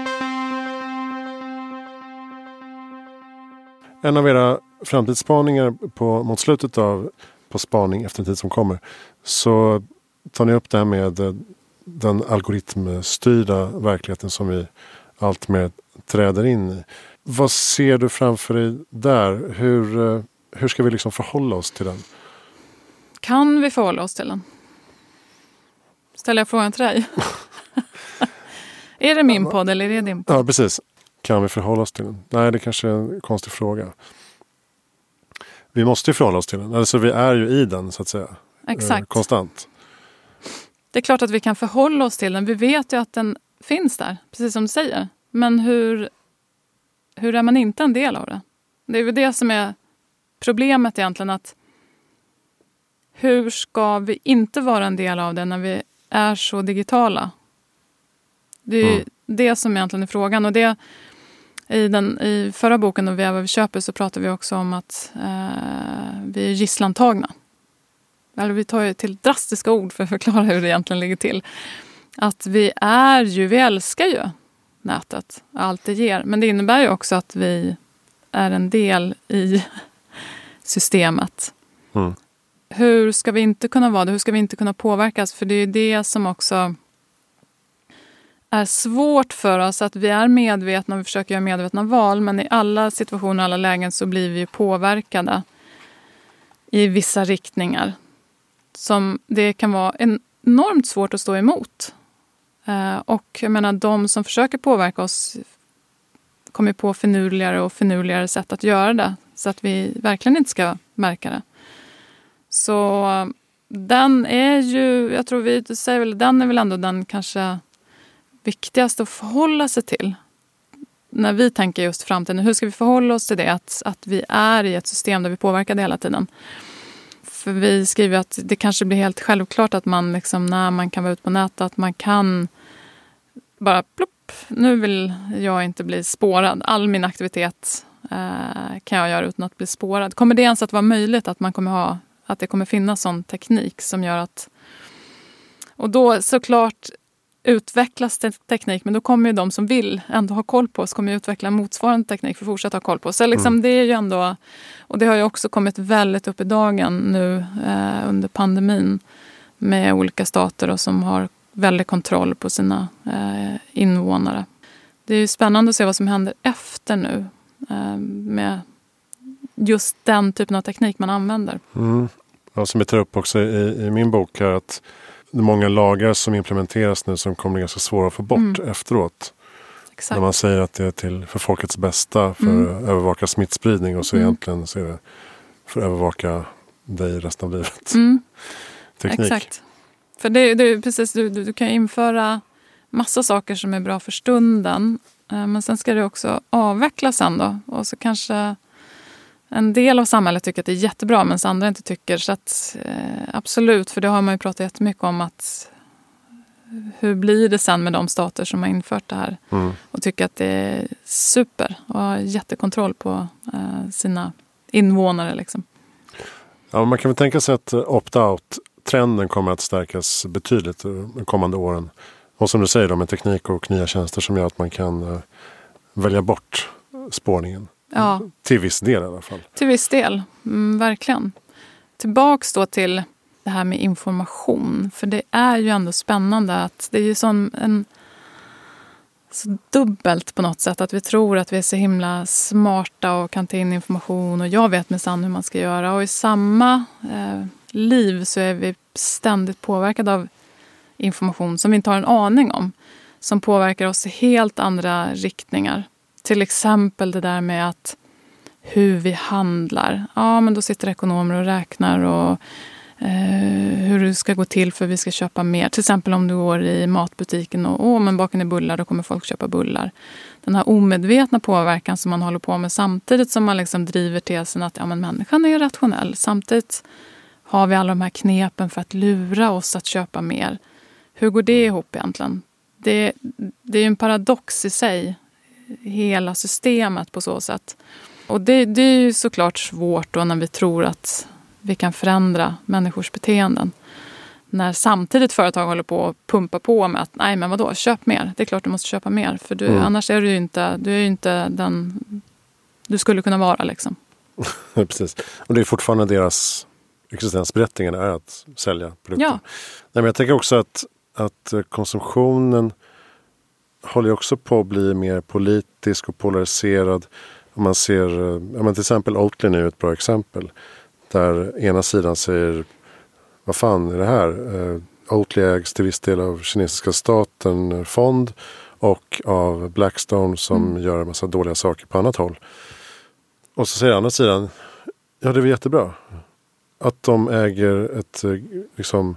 En av era framtidsspaningar mot slutet av På spaning efter en tid som kommer, så tar ni upp det här med den algoritmstyrda verkligheten som vi allt mer träder in i. Vad ser du framför dig där? Hur ska vi liksom förhålla oss till den? Kan vi förhålla oss till den? Ställer jag frågan till dig? Är det min podd eller är det din podd? Ja, precis. Kan vi förhålla oss till den? Nej, det kanske är en konstig fråga. Vi måste ju förhålla oss till den. Alltså vi är ju i den så att säga. Exakt. Konstant. Det är klart att vi kan förhålla oss till den. Vi vet ju att den finns där, precis som du säger. Men hur är man inte en del av det? Det är väl det som är problemet egentligen, att hur ska vi inte vara en del av det när vi är så digitala? Det är ju det som egentligen är frågan. Och det, i förra boken då Vi är vad vi köper, så pratar vi också om att vi är gisslantagna. Eller vi tar ju till drastiska ord för att förklara hur det egentligen ligger till. Att vi älskar ju nätet, allt det ger. Men det innebär ju också att vi är en del i systemet. Hur ska vi inte kunna vara det? Hur ska vi inte kunna påverkas? För det är det som också är svårt för oss, att vi är medvetna och vi försöker göra medvetna val, men i alla situationer, alla lägen så blir vi påverkade i vissa riktningar som det kan vara enormt svårt att stå emot. Och jag menar, de som försöker påverka oss kommer på finurligare och finurligare sätt att göra det, så att vi verkligen inte ska märka det. Så den är ju, jag tror vi säger väl, den är väl ändå den kanske viktigaste att förhålla sig till när vi tänker just framtiden. Hur ska vi förhålla oss till det? Att vi är i ett system där vi påverkar det hela tiden. För vi skriver att det kanske blir helt självklart att man liksom, när man kan vara ute på nätet, att man kan bara plopp, nu vill jag inte bli spårad. All min aktivitet kan jag göra utan att bli spårad. Kommer det ens att vara möjligt att man kommer ha, att det kommer finnas sån teknik som gör att, och då såklart utvecklas teknik, men då kommer ju de som vill ändå ha koll på oss, kommer ju utveckla motsvarande teknik för att fortsätta ha koll på oss. Så liksom det är ju ändå, och det har ju också kommit väldigt upp i dagen nu under pandemin med olika stater och som har väldigt kontroll på sina invånare. Det är ju spännande att se vad som händer efter nu med just den typen av teknik man använder. Ja, som jag tar upp också i min bok här, att det är många lagar som implementeras nu som kommer bli ganska svåra att få bort efteråt. Exakt. När man säger att det är för folkets bästa, för att övervaka smittspridning, och så egentligen så är det för att övervaka dig resten av livet. Teknik. Exakt. För det är precis, du kan införa massa saker som är bra för stunden, men sen ska det också avvecklas sen då. Och så kanske en del av samhället tycker att det är jättebra, men andra inte tycker. Så att, absolut, för det har man ju pratat jättemycket om, att hur blir det sen med de stater som har infört det här och tycker att det är super och har jättekontroll på sina invånare liksom. Ja, man kan väl tänka sig att opt-out-trenden kommer att stärkas betydligt de kommande åren. Och som du säger då, med teknik och nya tjänster som gör att man kan välja bort spårningen. Ja. Till viss del i alla fall. Till viss del, verkligen. Tillbaks då till det här med information. För det är ju ändå spännande att det är ju så dubbelt på något sätt. Att vi tror att vi är så himla smarta och kan ta in information. Och jag vet minsann hur man ska göra. Och i samma liv så är vi ständigt påverkade av information som vi inte har en aning om. Som påverkar oss i helt andra riktningar. Till exempel det där med att hur vi handlar. Ja, men då sitter ekonomer och räknar och hur det ska gå till för att vi ska köpa mer. Till exempel om du går i matbutiken och men baken är bullar, då kommer folk köpa bullar. Den här omedvetna påverkan som man håller på med samtidigt som man liksom driver tesen att ja, men människan är rationell. Samtidigt har vi alla de här knepen för att lura oss att köpa mer. Hur går det ihop egentligen? Det är ju en paradox i sig, hela systemet på så sätt. Och det är ju såklart svårt då när vi tror att vi kan förändra människors beteenden. När samtidigt företag håller på att pumpa på med att nej men vadå, köp mer. Det är klart du måste köpa mer. För annars är du är ju inte den du skulle kunna vara liksom. Precis. Och det är fortfarande deras existensberättigande är att sälja produkter. Ja. Nej, men jag tänker också att konsumtionen håller också på att bli mer politisk och polariserad. Om man ser, till exempel Oatly nu är ett bra exempel. Där ena sidan säger, vad fan är det här? Oatly ägs till viss del av kinesiska staten, fond, och av Blackstone som gör en massa dåliga saker på annat håll. Och så säger andra sidan, ja det är jättebra. Att de äger ett liksom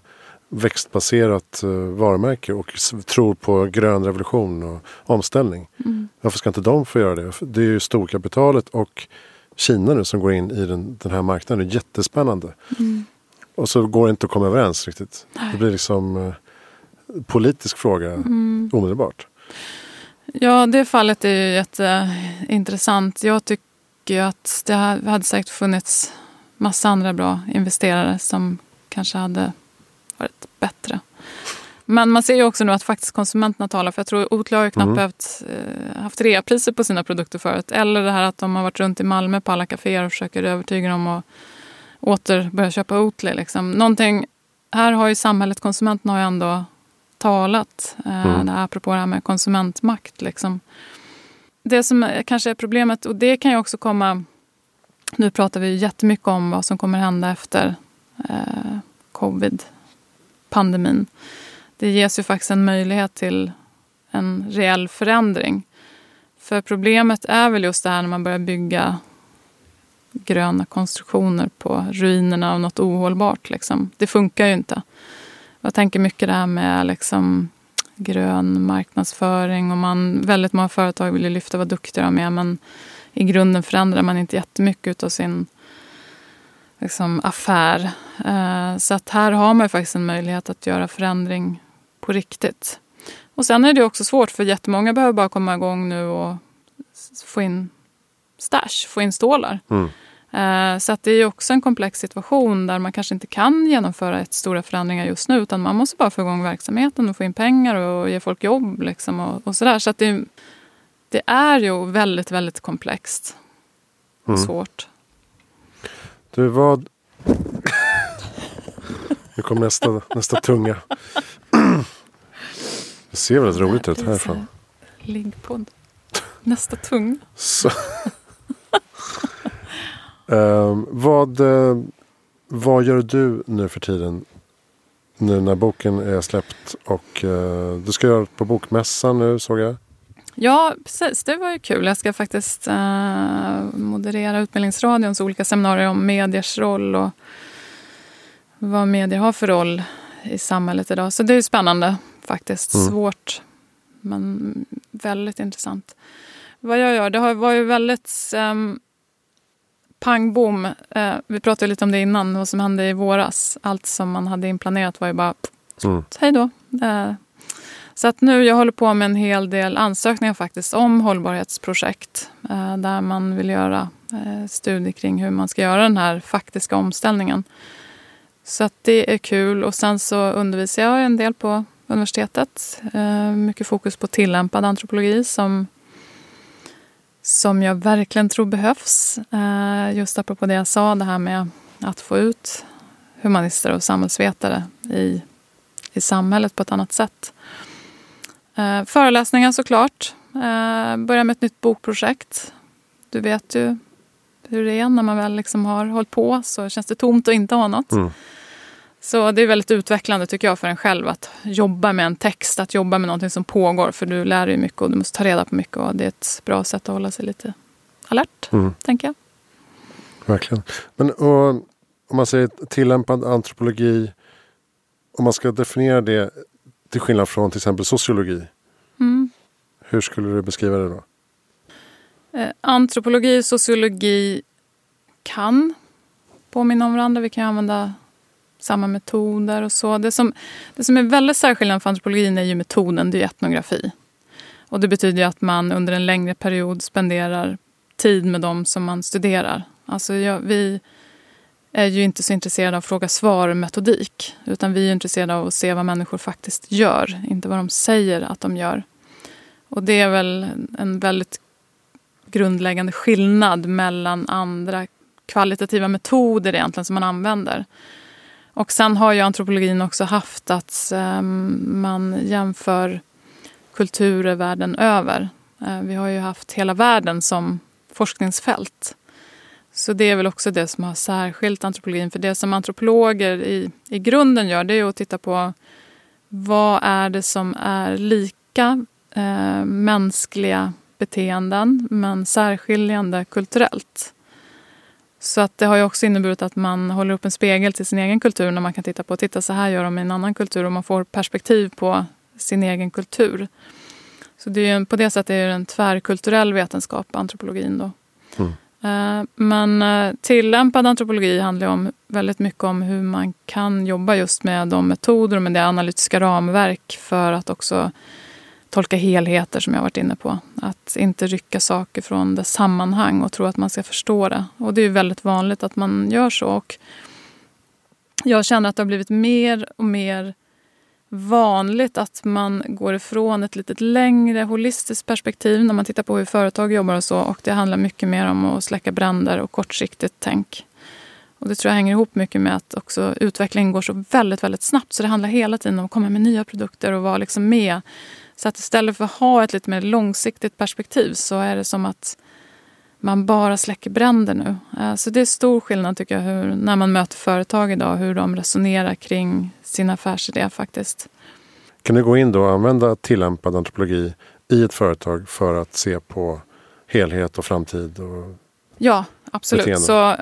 växtbaserat varumärke och tror på grön revolution och omställning. Varför ska inte de få göra det? Det är ju storkapitalet och Kina nu som går in i den här marknaden. Det är jättespännande. Och så går det inte att komma överens riktigt. Det blir liksom politisk fråga omedelbart. Ja, det fallet är ju jätteintressant. Jag tycker att det hade säkert funnits massa andra bra investerare som kanske hade varit bättre. Men man ser ju också nu att faktiskt konsumenterna talar. För jag tror Oatly har ju knappt behövt haft reapriser på sina produkter förut. Eller det här att de har varit runt i Malmö på alla kaféer och försöker övertyga dem att åter börja köpa Oatly. Liksom. Någonting, här har ju samhället, konsumenterna har ju ändå talat. Det här, apropå det här med konsumentmakt. Liksom. Det som kanske är problemet, och det kan ju också komma, nu pratar vi jättemycket om vad som kommer hända efter covid-pandemin. Det ges ju faktiskt en möjlighet till en reell förändring. För problemet är väl just det här när man börjar bygga gröna konstruktioner på ruinerna av något ohållbart. Liksom. Det funkar ju inte. Jag tänker mycket det här med liksom grön marknadsföring och väldigt många företag vill ju lyfta vad duktiga de är, men i grunden förändrar man inte jättemycket av sin liksom, affär. Så att här har man ju faktiskt en möjlighet att göra förändring på riktigt. Och sen är det också svårt för jättemånga behöver bara komma igång nu och få in stash, få in stålar. Så att det är ju också en komplex situation där man kanske inte kan genomföra stora förändringar just nu, utan man måste bara få igång verksamheten och få in pengar och ge folk jobb liksom och sådär. Så att det är ju väldigt, väldigt komplext och svårt. Du, vad... Nu kommer nästa tunga. Det ser väldigt roligt ut härifrån. Liggpodd. Nästa tunga. Så. Vad gör du nu för tiden? Nu när boken är släppt och du ska göra på bokmässan nu, såg jag. Ja, precis. Det var ju kul. Jag ska faktiskt moderera Utbildningsradions olika seminarier om mediers roll och vad medier har för roll i samhället idag. Så det är ju spännande faktiskt. Svårt, men väldigt intressant. Vad jag gör, det var ju väldigt pang bom. Vi pratade lite om det innan, vad som hände i våras. Allt som man hade inplanerat var ju bara hej då. Så att nu jag håller på med en hel del ansökningar faktiskt om hållbarhetsprojekt. Där man vill göra studier kring hur man ska göra den här faktiska omställningen. Så att det är kul. Och sen så undervisar jag en del på universitetet. Mycket fokus på tillämpad antropologi som jag verkligen tror behövs. Just apropå det jag sa, det här med att få ut humanister och samhällsvetare i samhället på ett annat sätt. Föreläsningar såklart. Börja med ett nytt bokprojekt. Du vet ju hur det är när man väl liksom har hållit på, så känns det tomt att inte ha något. Så det är väldigt utvecklande tycker jag för en själv att jobba med en text, att jobba med någonting som pågår, för du lär dig mycket och du måste ta reda på mycket och det är ett bra sätt att hålla sig lite alert, tänker jag. Verkligen. Men om man säger tillämpad antropologi, om man ska definiera det till skillnad från till exempel sociologi, hur skulle du beskriva det då? Antropologi och sociologi kan påminna om varandra. Vi kan använda samma metoder och så. Det som är väldigt särskilt för antropologin är ju metoden, det är etnografi. Och det betyder ju att man under en längre period spenderar tid med dem som man studerar. Alltså vi är ju inte så intresserade av fråga-svar-metodik, utan vi är intresserade av att se vad människor faktiskt gör, inte vad de säger att de gör. Och det är väl en väldigt grundläggande skillnad mellan andra kvalitativa metoder egentligen som man använder. Och sen har ju antropologin också haft att man jämför kulturer världen över. Vi har ju haft hela världen som forskningsfält. Så det är väl också det som har särskilt antropologin. För det som antropologer i grunden gör, det är att titta på vad är det som är lika mänskliga beteenden men särskiljande kulturellt. Så att det har ju också inneburit att man håller upp en spegel till sin egen kultur när man kan titta så här gör de i en annan kultur och man får perspektiv på sin egen kultur. Så det är ju, på det sättet är det en tvärkulturell vetenskap, antropologin då. Men tillämpad antropologi handlar om väldigt mycket om hur man kan jobba just med de metoder och med det analytiska ramverk för att också tolka helheter som jag har varit inne på. Att inte rycka saker från dess sammanhang och tro att man ska förstå det. Och det är ju väldigt vanligt att man gör så. Och jag känner att det har blivit mer och mer vanligt att man går ifrån ett lite längre holistiskt perspektiv när man tittar på hur företag jobbar och så. Och det handlar mycket mer om att släcka bränder och kortsiktigt tänk. Och det tror jag hänger ihop mycket med att också utvecklingen går så väldigt, väldigt snabbt. Så det handlar hela tiden om att komma med nya produkter och vara liksom med. Så att istället för att ha ett lite mer långsiktigt perspektiv så är det som att man bara släcker bränder nu. Så det är stor skillnad tycker jag när man möter företag idag, hur de resonerar kring sin affärsidé faktiskt. Kan du gå in då och använda tillämpad antropologi i ett företag för att se på helhet och framtid? Och ja, absolut. beteende? Så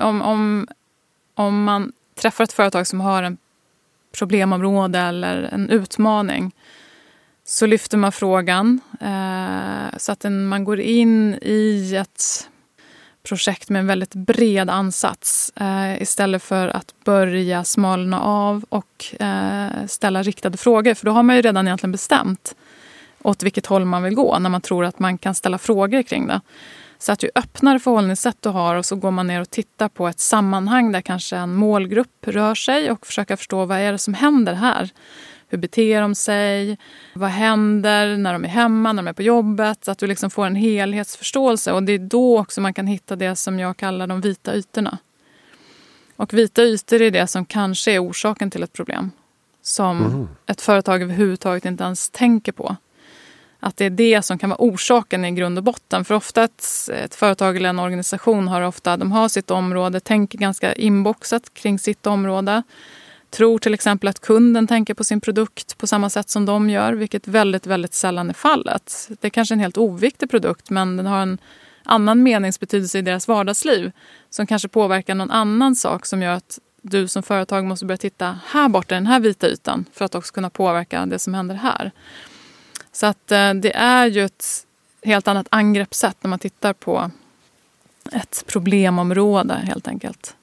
om man träffar ett företag som har en problemområde eller en utmaning så lyfter man frågan så att man går in i ett projekt med en väldigt bred ansats istället för att börja smalna av och ställa riktade frågor. För då har man ju redan egentligen bestämt åt vilket håll man vill gå när man tror att man kan ställa frågor kring det. Så att ju öppnare förhållningssätt du har och så går man ner och tittar på ett sammanhang där kanske en målgrupp rör sig och försöka förstå vad är det som händer här. Hur beter de sig? Vad händer när de är hemma, när de är på jobbet? Så att du liksom får en helhetsförståelse. Och det är då också man kan hitta det som jag kallar de vita ytorna. Och vita ytor är det som kanske är orsaken till ett problem. Som ett företag överhuvudtaget inte ens tänker på. Att det är det som kan vara orsaken i grund och botten. För ofta ett företag eller en organisation de har sitt område, tänker ganska inboxat kring sitt område. Tror till exempel att kunden tänker på sin produkt på samma sätt som de gör, vilket väldigt, väldigt sällan är fallet. Det är kanske en helt oviktig produkt, men den har en annan meningsbetydelse i deras vardagsliv som kanske påverkar någon annan sak som gör att du som företag måste börja titta här borta i den här vita ytan för att också kunna påverka det som händer här. Så att det är ju ett helt annat angreppssätt när man tittar på ett problemområde helt enkelt.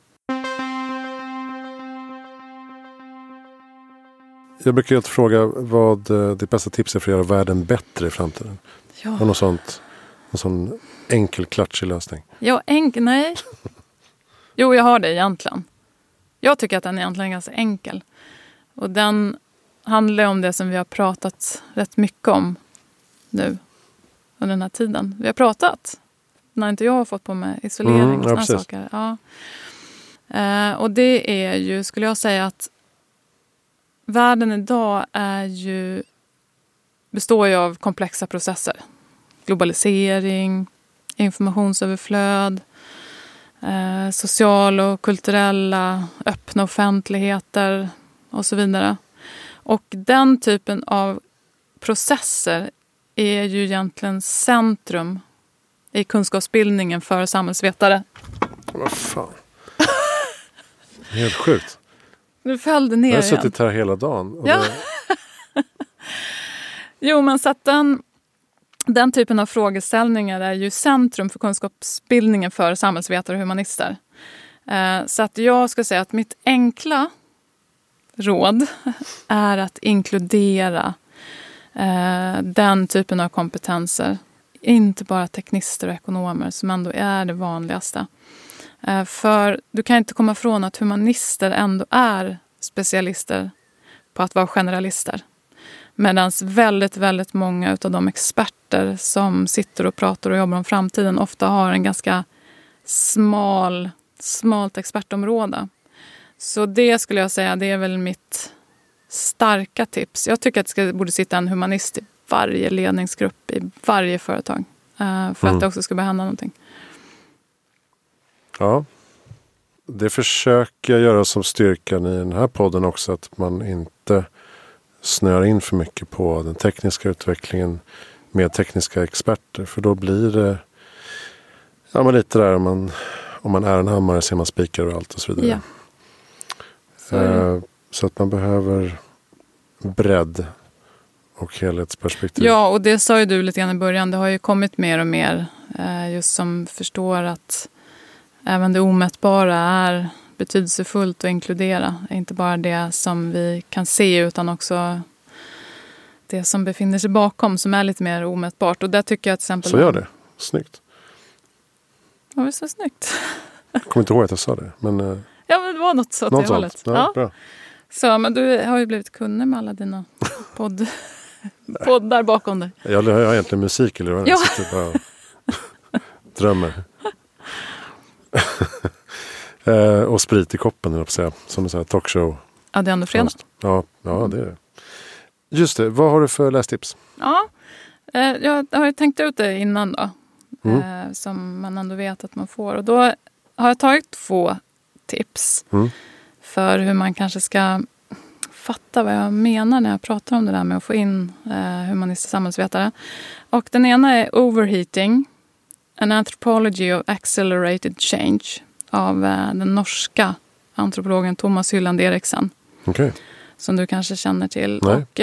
Jag brukar ju fråga vad det bästa tipset är för att göra världen bättre i framtiden. Ja. Och någon sån enkel klatschig lösning. Ja, nej. Jo, jag har det egentligen. Jag tycker att den är egentligen ganska enkel. Och den handlar om det som vi har pratat rätt mycket om nu under den här tiden. Vi har pratat när inte jag har fått på mig isolering och sådana saker. Ja. Och det är ju, skulle jag säga att världen idag består ju av komplexa processer. Globalisering, informationsöverflöd, social och kulturella öppna offentligheter och så vidare. Och den typen av processer är ju egentligen centrum i kunskapsbildningen för samhällsvetare. Vad fan? Helt sjukt. Nu föll det ner igen. Jag har suttit här hela dagen. Och ja. Jo, men så att den typen av frågeställningar är ju centrum för kunskapsbildningen för samhällsvetare och humanister. Så att jag ska säga att mitt enkla råd är att inkludera den typen av kompetenser. Inte bara teknister och ekonomer som ändå är det vanligaste. För du kan inte komma ifrån att humanister ändå är specialister på att vara generalister. Medan väldigt, väldigt många av de experter som sitter och pratar och jobbar om framtiden ofta har en ganska smalt expertområde. Så det skulle jag säga, det är väl mitt starka tips. Jag tycker att det borde sitta en humanist i varje ledningsgrupp, i varje företag. För att det också ska börja hända någonting. Ja, det försöker jag göra som styrkan i den här podden också. Att man inte snör in för mycket på den tekniska utvecklingen med tekniska experter. För då blir det lite där om man är en hammare ser man spikar och allt och så vidare. Ja. Så att man behöver bredd och helhetsperspektiv. Ja, och det sa ju du lite grann i början. Det har ju kommit mer och mer just som förstår att även det omätbara är betydelsefullt att inkludera. Inte bara det som vi kan se utan också det som befinner sig bakom som är lite mer omätbart. Och där tycker jag till exempel... Så gör det. Snyggt. Ja, det är så snyggt. Jag kommer inte ihåg att jag sa det. Men, ja, men det var något så åt det hållet. Ja, bra. Så, men du har ju blivit kunnig med alla dina poddar bakom dig. Jag har egentligen musik eller vad det är. Så typ bara drömmer. Och sprit i koppen, eller på säga. Som en sån här talkshow. Ja, det är ändå fredag. Ja, det är det. Just det, vad har du för lästips? Ja, jag har tänkt ut det innan då. Som man ändå vet att man får. Och då har jag tagit 2 tips. För hur man kanske ska fatta vad jag menar när jag pratar om det där med att få in humanistiska samhällsvetare. Och den ena är Overheating, An Anthropology of Accelerated Change av den norska antropologen Thomas Hylland Eriksen. Okay. Som du kanske känner till. Nej. Och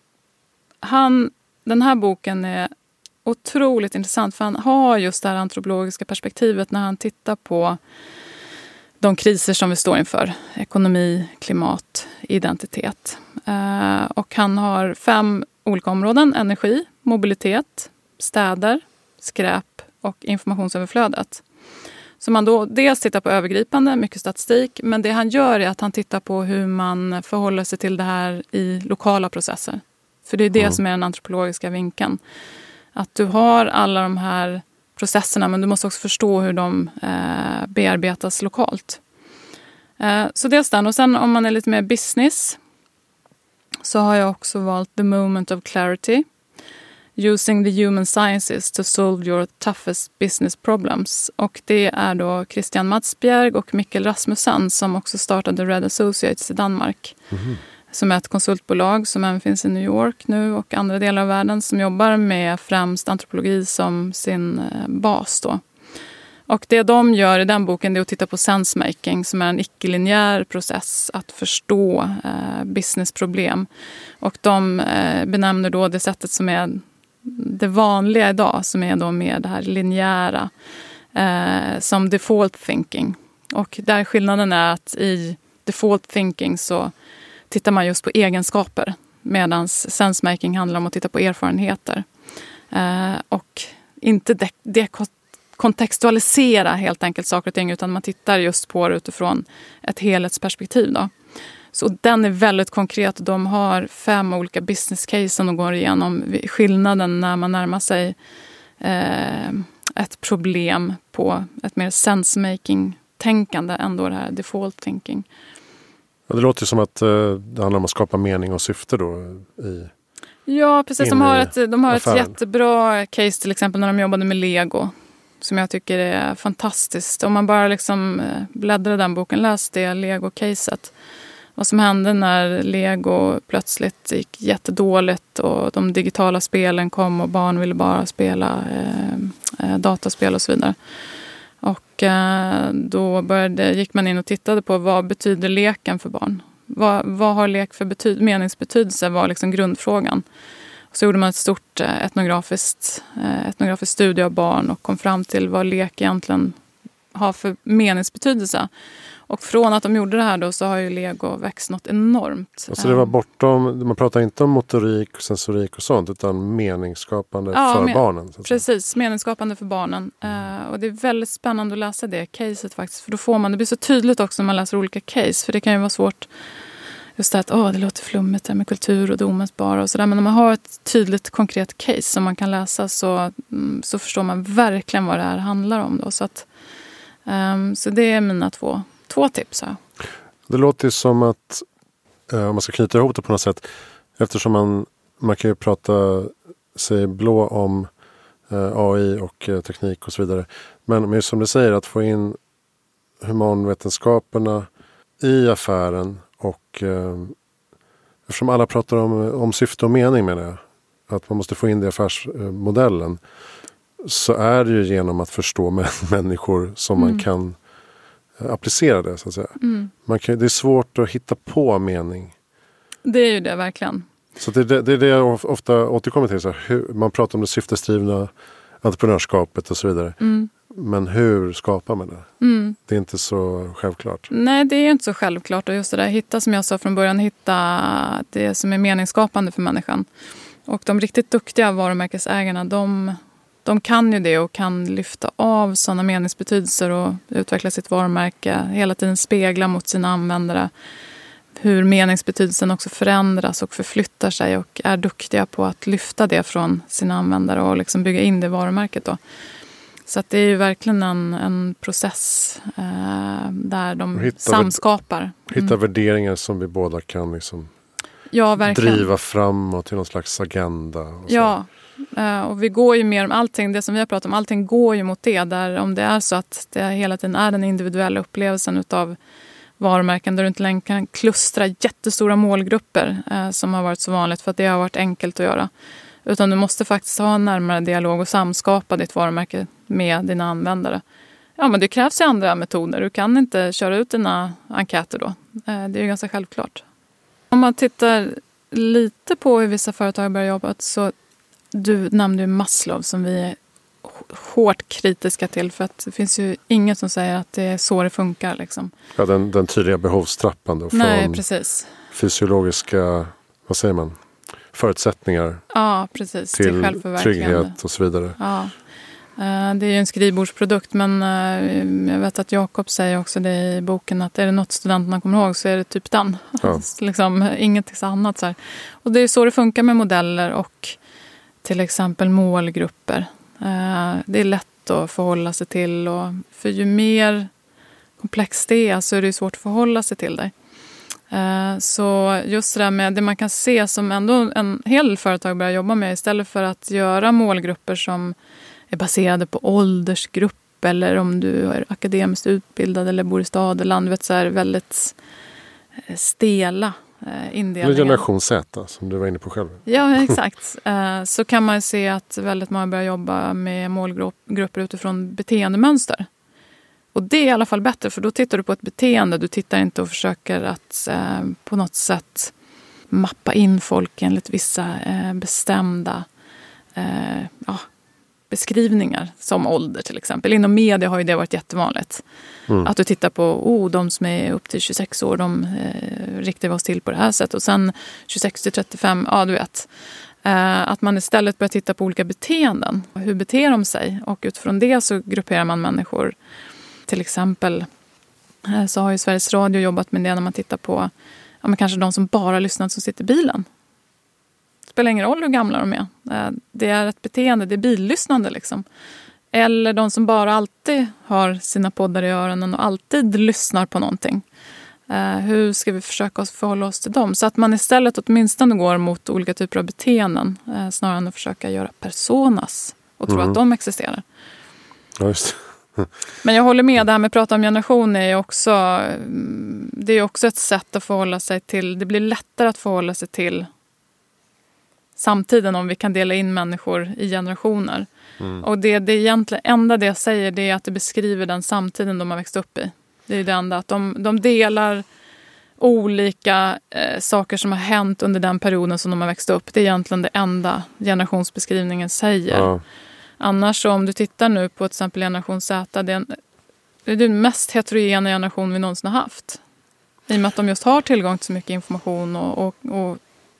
den här boken är otroligt intressant för han har just det här antropologiska perspektivet när han tittar på de kriser som vi står inför. Ekonomi, klimat, identitet. Och han har 5 olika områden. Energi, mobilitet, städer, skräp och informationsöverflödet. Så man då dels tittar på övergripande, mycket statistik. Men det han gör är att han tittar på hur man förhåller sig till det här i lokala processer. För det är det som är den antropologiska vinkeln. Att du har alla de här processerna men du måste också förstå hur de bearbetas lokalt. Så dels den. Och sen om man är lite mer business så har jag också valt The Moment of Clarity. Using the Human Sciences to Solve Your Toughest Business Problems. Och det är då Christian Madsbjerg och Mikkel Rasmussen som också startade Red Associates i Danmark. Som är ett konsultbolag som även finns i New York nu och andra delar av världen som jobbar med främst antropologi som sin bas då. Och det de gör i den boken är att titta på sensemaking som är en icke-linjär process att förstå businessproblem. Och de benämner då det sättet som är det vanliga idag som är då mer det här linjära som default thinking. Och där skillnaden är att i default thinking så tittar man just på egenskaper medan sensemaking handlar om att titta på erfarenheter. Och inte kontextualisera helt enkelt saker och ting utan man tittar just på det utifrån ett helhetsperspektiv då. Så den är väldigt konkret. De har 5 olika business case som de går igenom. Skillnaden när man närmar sig ett problem på ett mer sensemaking-tänkande än då det här default thinking. Ja, det låter som att det handlar om att skapa mening och syfte då i... Ja, precis. De har ett jättebra case till exempel när de jobbade med Lego. Som jag tycker är fantastiskt. Om man bara liksom bläddrar den boken, läs det Lego-caset. Vad som hände när Lego plötsligt gick jättedåligt och de digitala spelen kom och barn ville bara spela dataspel och så vidare. Och då gick man in och tittade på vad betyder leken för barn. Vad har lek för meningsbetydelse var liksom grundfrågan. Och så gjorde man ett stort etnografiskt studie av barn och kom fram till vad lek egentligen har för meningsbetydelse. Och från att de gjorde det här då så har ju Lego växt något enormt. Alltså det var bortom, man pratar inte om motorik, sensorik och sånt utan meningsskapande för barnen. Precis, meningsskapande för barnen. Och det är väldigt spännande att läsa det caset faktiskt. För då det blir så tydligt också när man läser olika case. För det kan ju vara svårt just att det låter flummigt med kultur och det omätbara och sådär. Men när man har ett tydligt konkret case som man kan läsa så förstår man verkligen vad det här handlar om då. Så det är mina två tips här. Det låter som att om man ska knyta ihop det på något sätt eftersom man kan ju prata sig blå om AI och teknik och så vidare. Men som du säger att få in humanvetenskaperna i affären och eftersom alla pratar om syfte och mening med det att man måste få in det i affärsmodellen så är det ju genom att förstå människor som man kan applicera det så att säga. Det är svårt att hitta på mening. Det är ju det verkligen. Så det är det jag ofta återkommer till. Så här, man pratar om det syftesdrivna entreprenörskapet och så vidare. Men hur skapar man det? Det är inte så självklart. Nej, det är inte så självklart. Och just det där, som jag sa från början, hitta det som är meningsskapande för människan. Och de riktigt duktiga varumärkesägarna, de kan ju det och kan lyfta av sådana meningsbetydelser och utveckla sitt varumärke. Hela tiden spegla mot sina användare hur meningsbetydelsen också förändras och förflyttar sig, och är duktiga på att lyfta det från sina användare och liksom bygga in det i varumärket då. Så att det är ju verkligen en process där de samskapar. Hitta värderingar som vi båda kan liksom driva framåt till någon slags agenda. Och och vi går ju mer om allting, det som vi har pratat om, allting går ju mot det. Där om det är så att det hela tiden är den individuella upplevelsen utav varumärken där du inte längre kan klustra jättestora målgrupper som har varit så vanligt för att det har varit enkelt att göra. Utan du måste faktiskt ha en närmare dialog och samskapa ditt varumärke med dina användare. Ja, men det krävs ju andra metoder. Du kan inte köra ut dina enkäter då. Det är ju ganska självklart. Om man tittar lite på hur vissa företag börjar jobba, så du nämnde ju Maslow som vi är hårt kritiska till, för att det finns ju inget som säger att det är så det funkar liksom. Ja, den tydliga behovstrappan då, från precis. Fysiologiska, vad säger man, förutsättningar precis. till trygghet och så vidare. Ja. Det är ju en skrivbordsprodukt, men jag vet att Jakob säger också det i boken, att är det något studenterna kommer ihåg så är det typ den. Ja. Liksom, inget annat så här. Och det är så det funkar med modeller och till exempel målgrupper. Det är lätt att förhålla sig till, och för ju mer komplext det är så är det svårt att förhålla sig till det. Så just det där med det man kan se som ändå en hel del företag börjar jobba med, istället för att göra målgrupper som är baserade på åldersgrupp eller om du är akademiskt utbildad eller bor i stad eller land, vet, så är väldigt stela indelningar. Generation Z som du var inne på själv. Ja, exakt. Så kan man se att väldigt många börjar jobba med målgrupper utifrån beteendemönster. Och det är i alla fall bättre, för då tittar du på ett beteende. Du tittar inte och försöker att på något sätt mappa in folk enligt vissa bestämda beskrivningar, som ålder till exempel. Inom media har ju det varit jättevanligt. Att du tittar på de som är upp till 26 år, de riktar vi oss till på det här sättet. Och sen 26 till 35, du vet. Att man istället börjar titta på olika beteenden. Hur beter de sig? Och utifrån det så grupperar man människor. Till exempel så har ju Sveriges Radio jobbat med det när man tittar på men kanske de som bara lyssnar som sitter i bilen. Det spelar ingen roll hur gamla de är. Det är ett beteende, det är billyssnande liksom. Eller de som bara alltid har sina poddar i öronen och alltid lyssnar på någonting. Hur ska vi försöka förhålla oss till dem? Så att man istället åtminstone går mot olika typer av beteenden snarare än att försöka göra personas och tro att de existerar. Ja, just. Men jag håller med, det här med att prata om generation är också, det är också ett sätt att förhålla sig till. Det blir lättare att förhålla sig till samtiden om vi kan dela in människor i generationer. Och det egentligen enda det jag säger, det är att det beskriver den samtiden de har växt upp i. Det är det enda, att de delar olika saker som har hänt under den perioden som de har växt upp. Det är egentligen det enda generationsbeskrivningen säger. Ja. Annars om du tittar nu på till exempel generation Z, det är den mest heterogena generation vi någonsin har haft. I och med att de just har tillgång till så mycket information och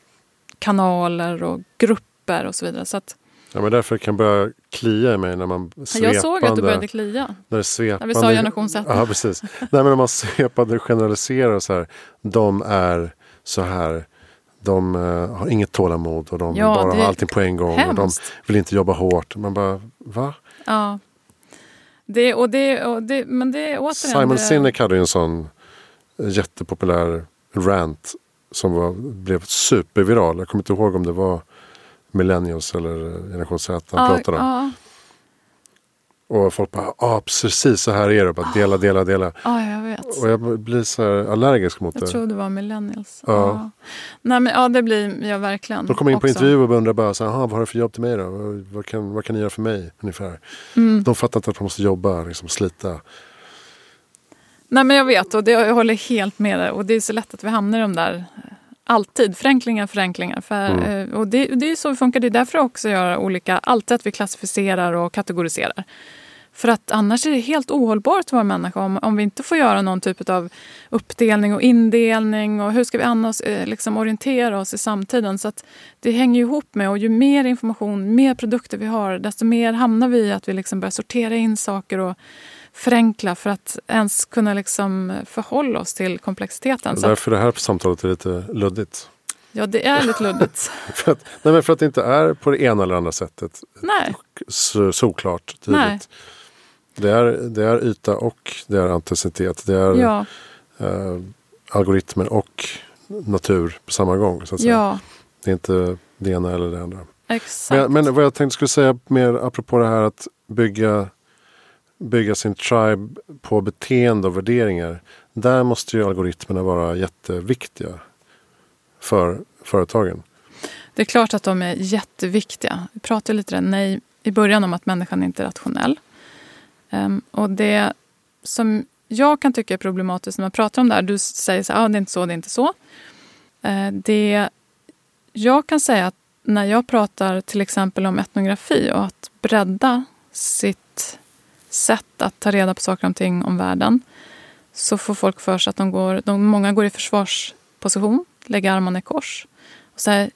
kanaler och grupper och så vidare. Så att, ja, men därför kan börja klia i mig när man svepande... Jag såg att du började klia. När vi sa generation Z. Ja, precis. Nej, men när man svepande generaliserar så här. De är så här. De har inget tålamod och de vill bara ha allting på en gång. Hemskt. Och de vill inte jobba hårt. Man bara, va? Ja. Men det är återigen... Simon Sinek hade ju en sån jättepopulär rant som blev superviral. Jag kommer inte ihåg om det var millennials eller generation Z han pratade om. Ja. Och folk bara, precis så här är det. Bara dela. Ja, jag vet. Och jag blir så här allergisk mot det. Jag tror det var millennials. Ja. Nej, men det blir jag verkligen. De kommer in på intervju och undrar bara så här, vad har du för jobb till mig då? Vad kan ni göra för mig ungefär? De fattar inte att man måste jobba, liksom slita. Nej, men jag vet och jag håller helt med dig. Och det är så lätt att vi hamnar i de där alltid. Förenklingar. Och det är så det funkar. Det är därför också göra olika, alltid att vi klassificerar och kategoriserar. För att annars är det helt ohållbart att vara människa om vi inte får göra någon typ av uppdelning och indelning. Och hur ska vi annars liksom orientera oss i samtiden? Så att det hänger ihop med, och ju mer information, mer produkter vi har, desto mer hamnar vi i att vi liksom börjar sortera in saker och förenkla för att ens kunna liksom förhålla oss till komplexiteten. Så därför det här samtalet är lite luddigt. Ja, det är lite luddigt. för att det inte är på det ena eller andra sättet. Nej. Såklart tydligt. Nej. Det är yta och det är anticitet. Det är algoritmer och natur på samma gång. Så att säga. Ja. Det är inte det ena eller det andra. Exakt. Men vad jag tänkte skulle säga mer apropå det här att bygga sin tribe på beteende och värderingar. Där måste ju algoritmerna vara jätteviktiga för företagen. Det är klart att de är jätteviktiga. Vi pratade lite i början om att människan inte är rationell. Och det som jag kan tycka är problematiskt när man pratar om det här. Du säger så här, det är inte så, det är inte så. Det jag kan säga att när jag pratar till exempel om etnografi och att bredda sitt sätt att ta reda på saker och ting om världen, så får folk för sig att många går i försvarsposition, lägger armarna i kors och säger,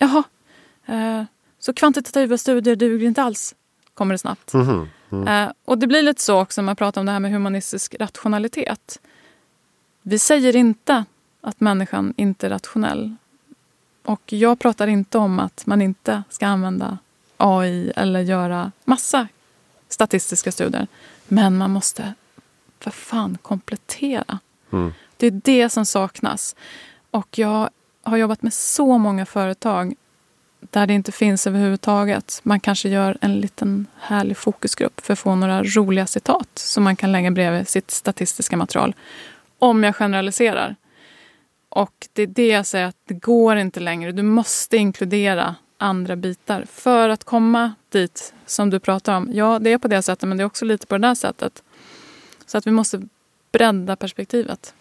så kvantitativa studier duger inte alls, kommer det snabbt. Och det blir lite så också när man pratar om det här med humanistisk rationalitet. Vi säger inte att människan inte är rationell. Och jag pratar inte om att man inte ska använda AI eller göra massa statistiska studier. Men man måste för fan komplettera. Det är det som saknas. Och jag har jobbat med så många företag där det inte finns överhuvudtaget. Man kanske gör en liten härlig fokusgrupp för att få några roliga citat som man kan lägga bredvid sitt statistiska material. Om jag generaliserar. Och det är det jag säger, att det går inte längre. Du måste inkludera andra bitar för att komma dit som du pratar om. Ja, det är på det sättet, men det är också lite på det där sättet. Så att vi måste bredda perspektivet.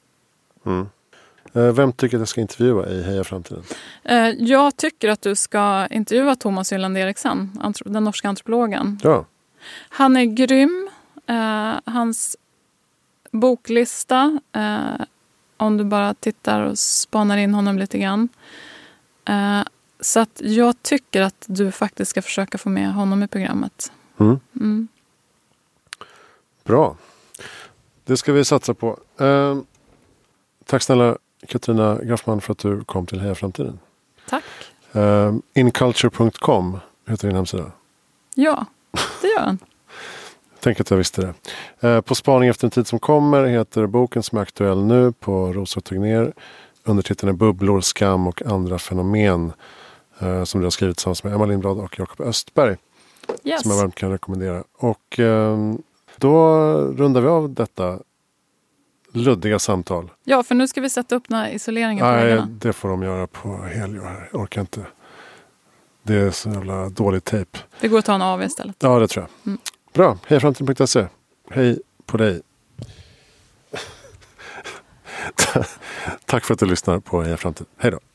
Vem tycker att jag ska intervjua i Heja Framtiden? Jag tycker att du ska intervjua Thomas Hyland Eriksen, den norska antropologen. Ja. Han är grym. Hans boklista, om du bara tittar och spanar in honom lite grann. Så att jag tycker att du faktiskt ska försöka få med honom i programmet. Bra. Det ska vi satsa på. Tack snälla Katarina Graffman för att du kom till Heja Framtiden. Tack. Inculture.com heter din hemsida. Ja, det gör den. Tänk att jag visste det. På spaning efter en tid som kommer heter boken som är aktuell nu på Rosa Tegnér. Undertiteln är Bubblor, skam och andra fenomen. Som du har skrivit tillsammans med Emma Lindblad och Jakob Östberg. Yes. Som jag varmt kan rekommendera. Och då rundar vi av detta luddiga samtal. Ja, för nu ska vi sätta upp den här isoleringen på väggarna. Nej, det får de göra på helger här. Jag orkar inte. Det är så jävla dålig tejp. Det går att ta en AV istället. Ja, det tror jag. Bra. Hejaframtiden.se. Hej på dig. Tack för att du lyssnar på Heja Framtiden. Hej då.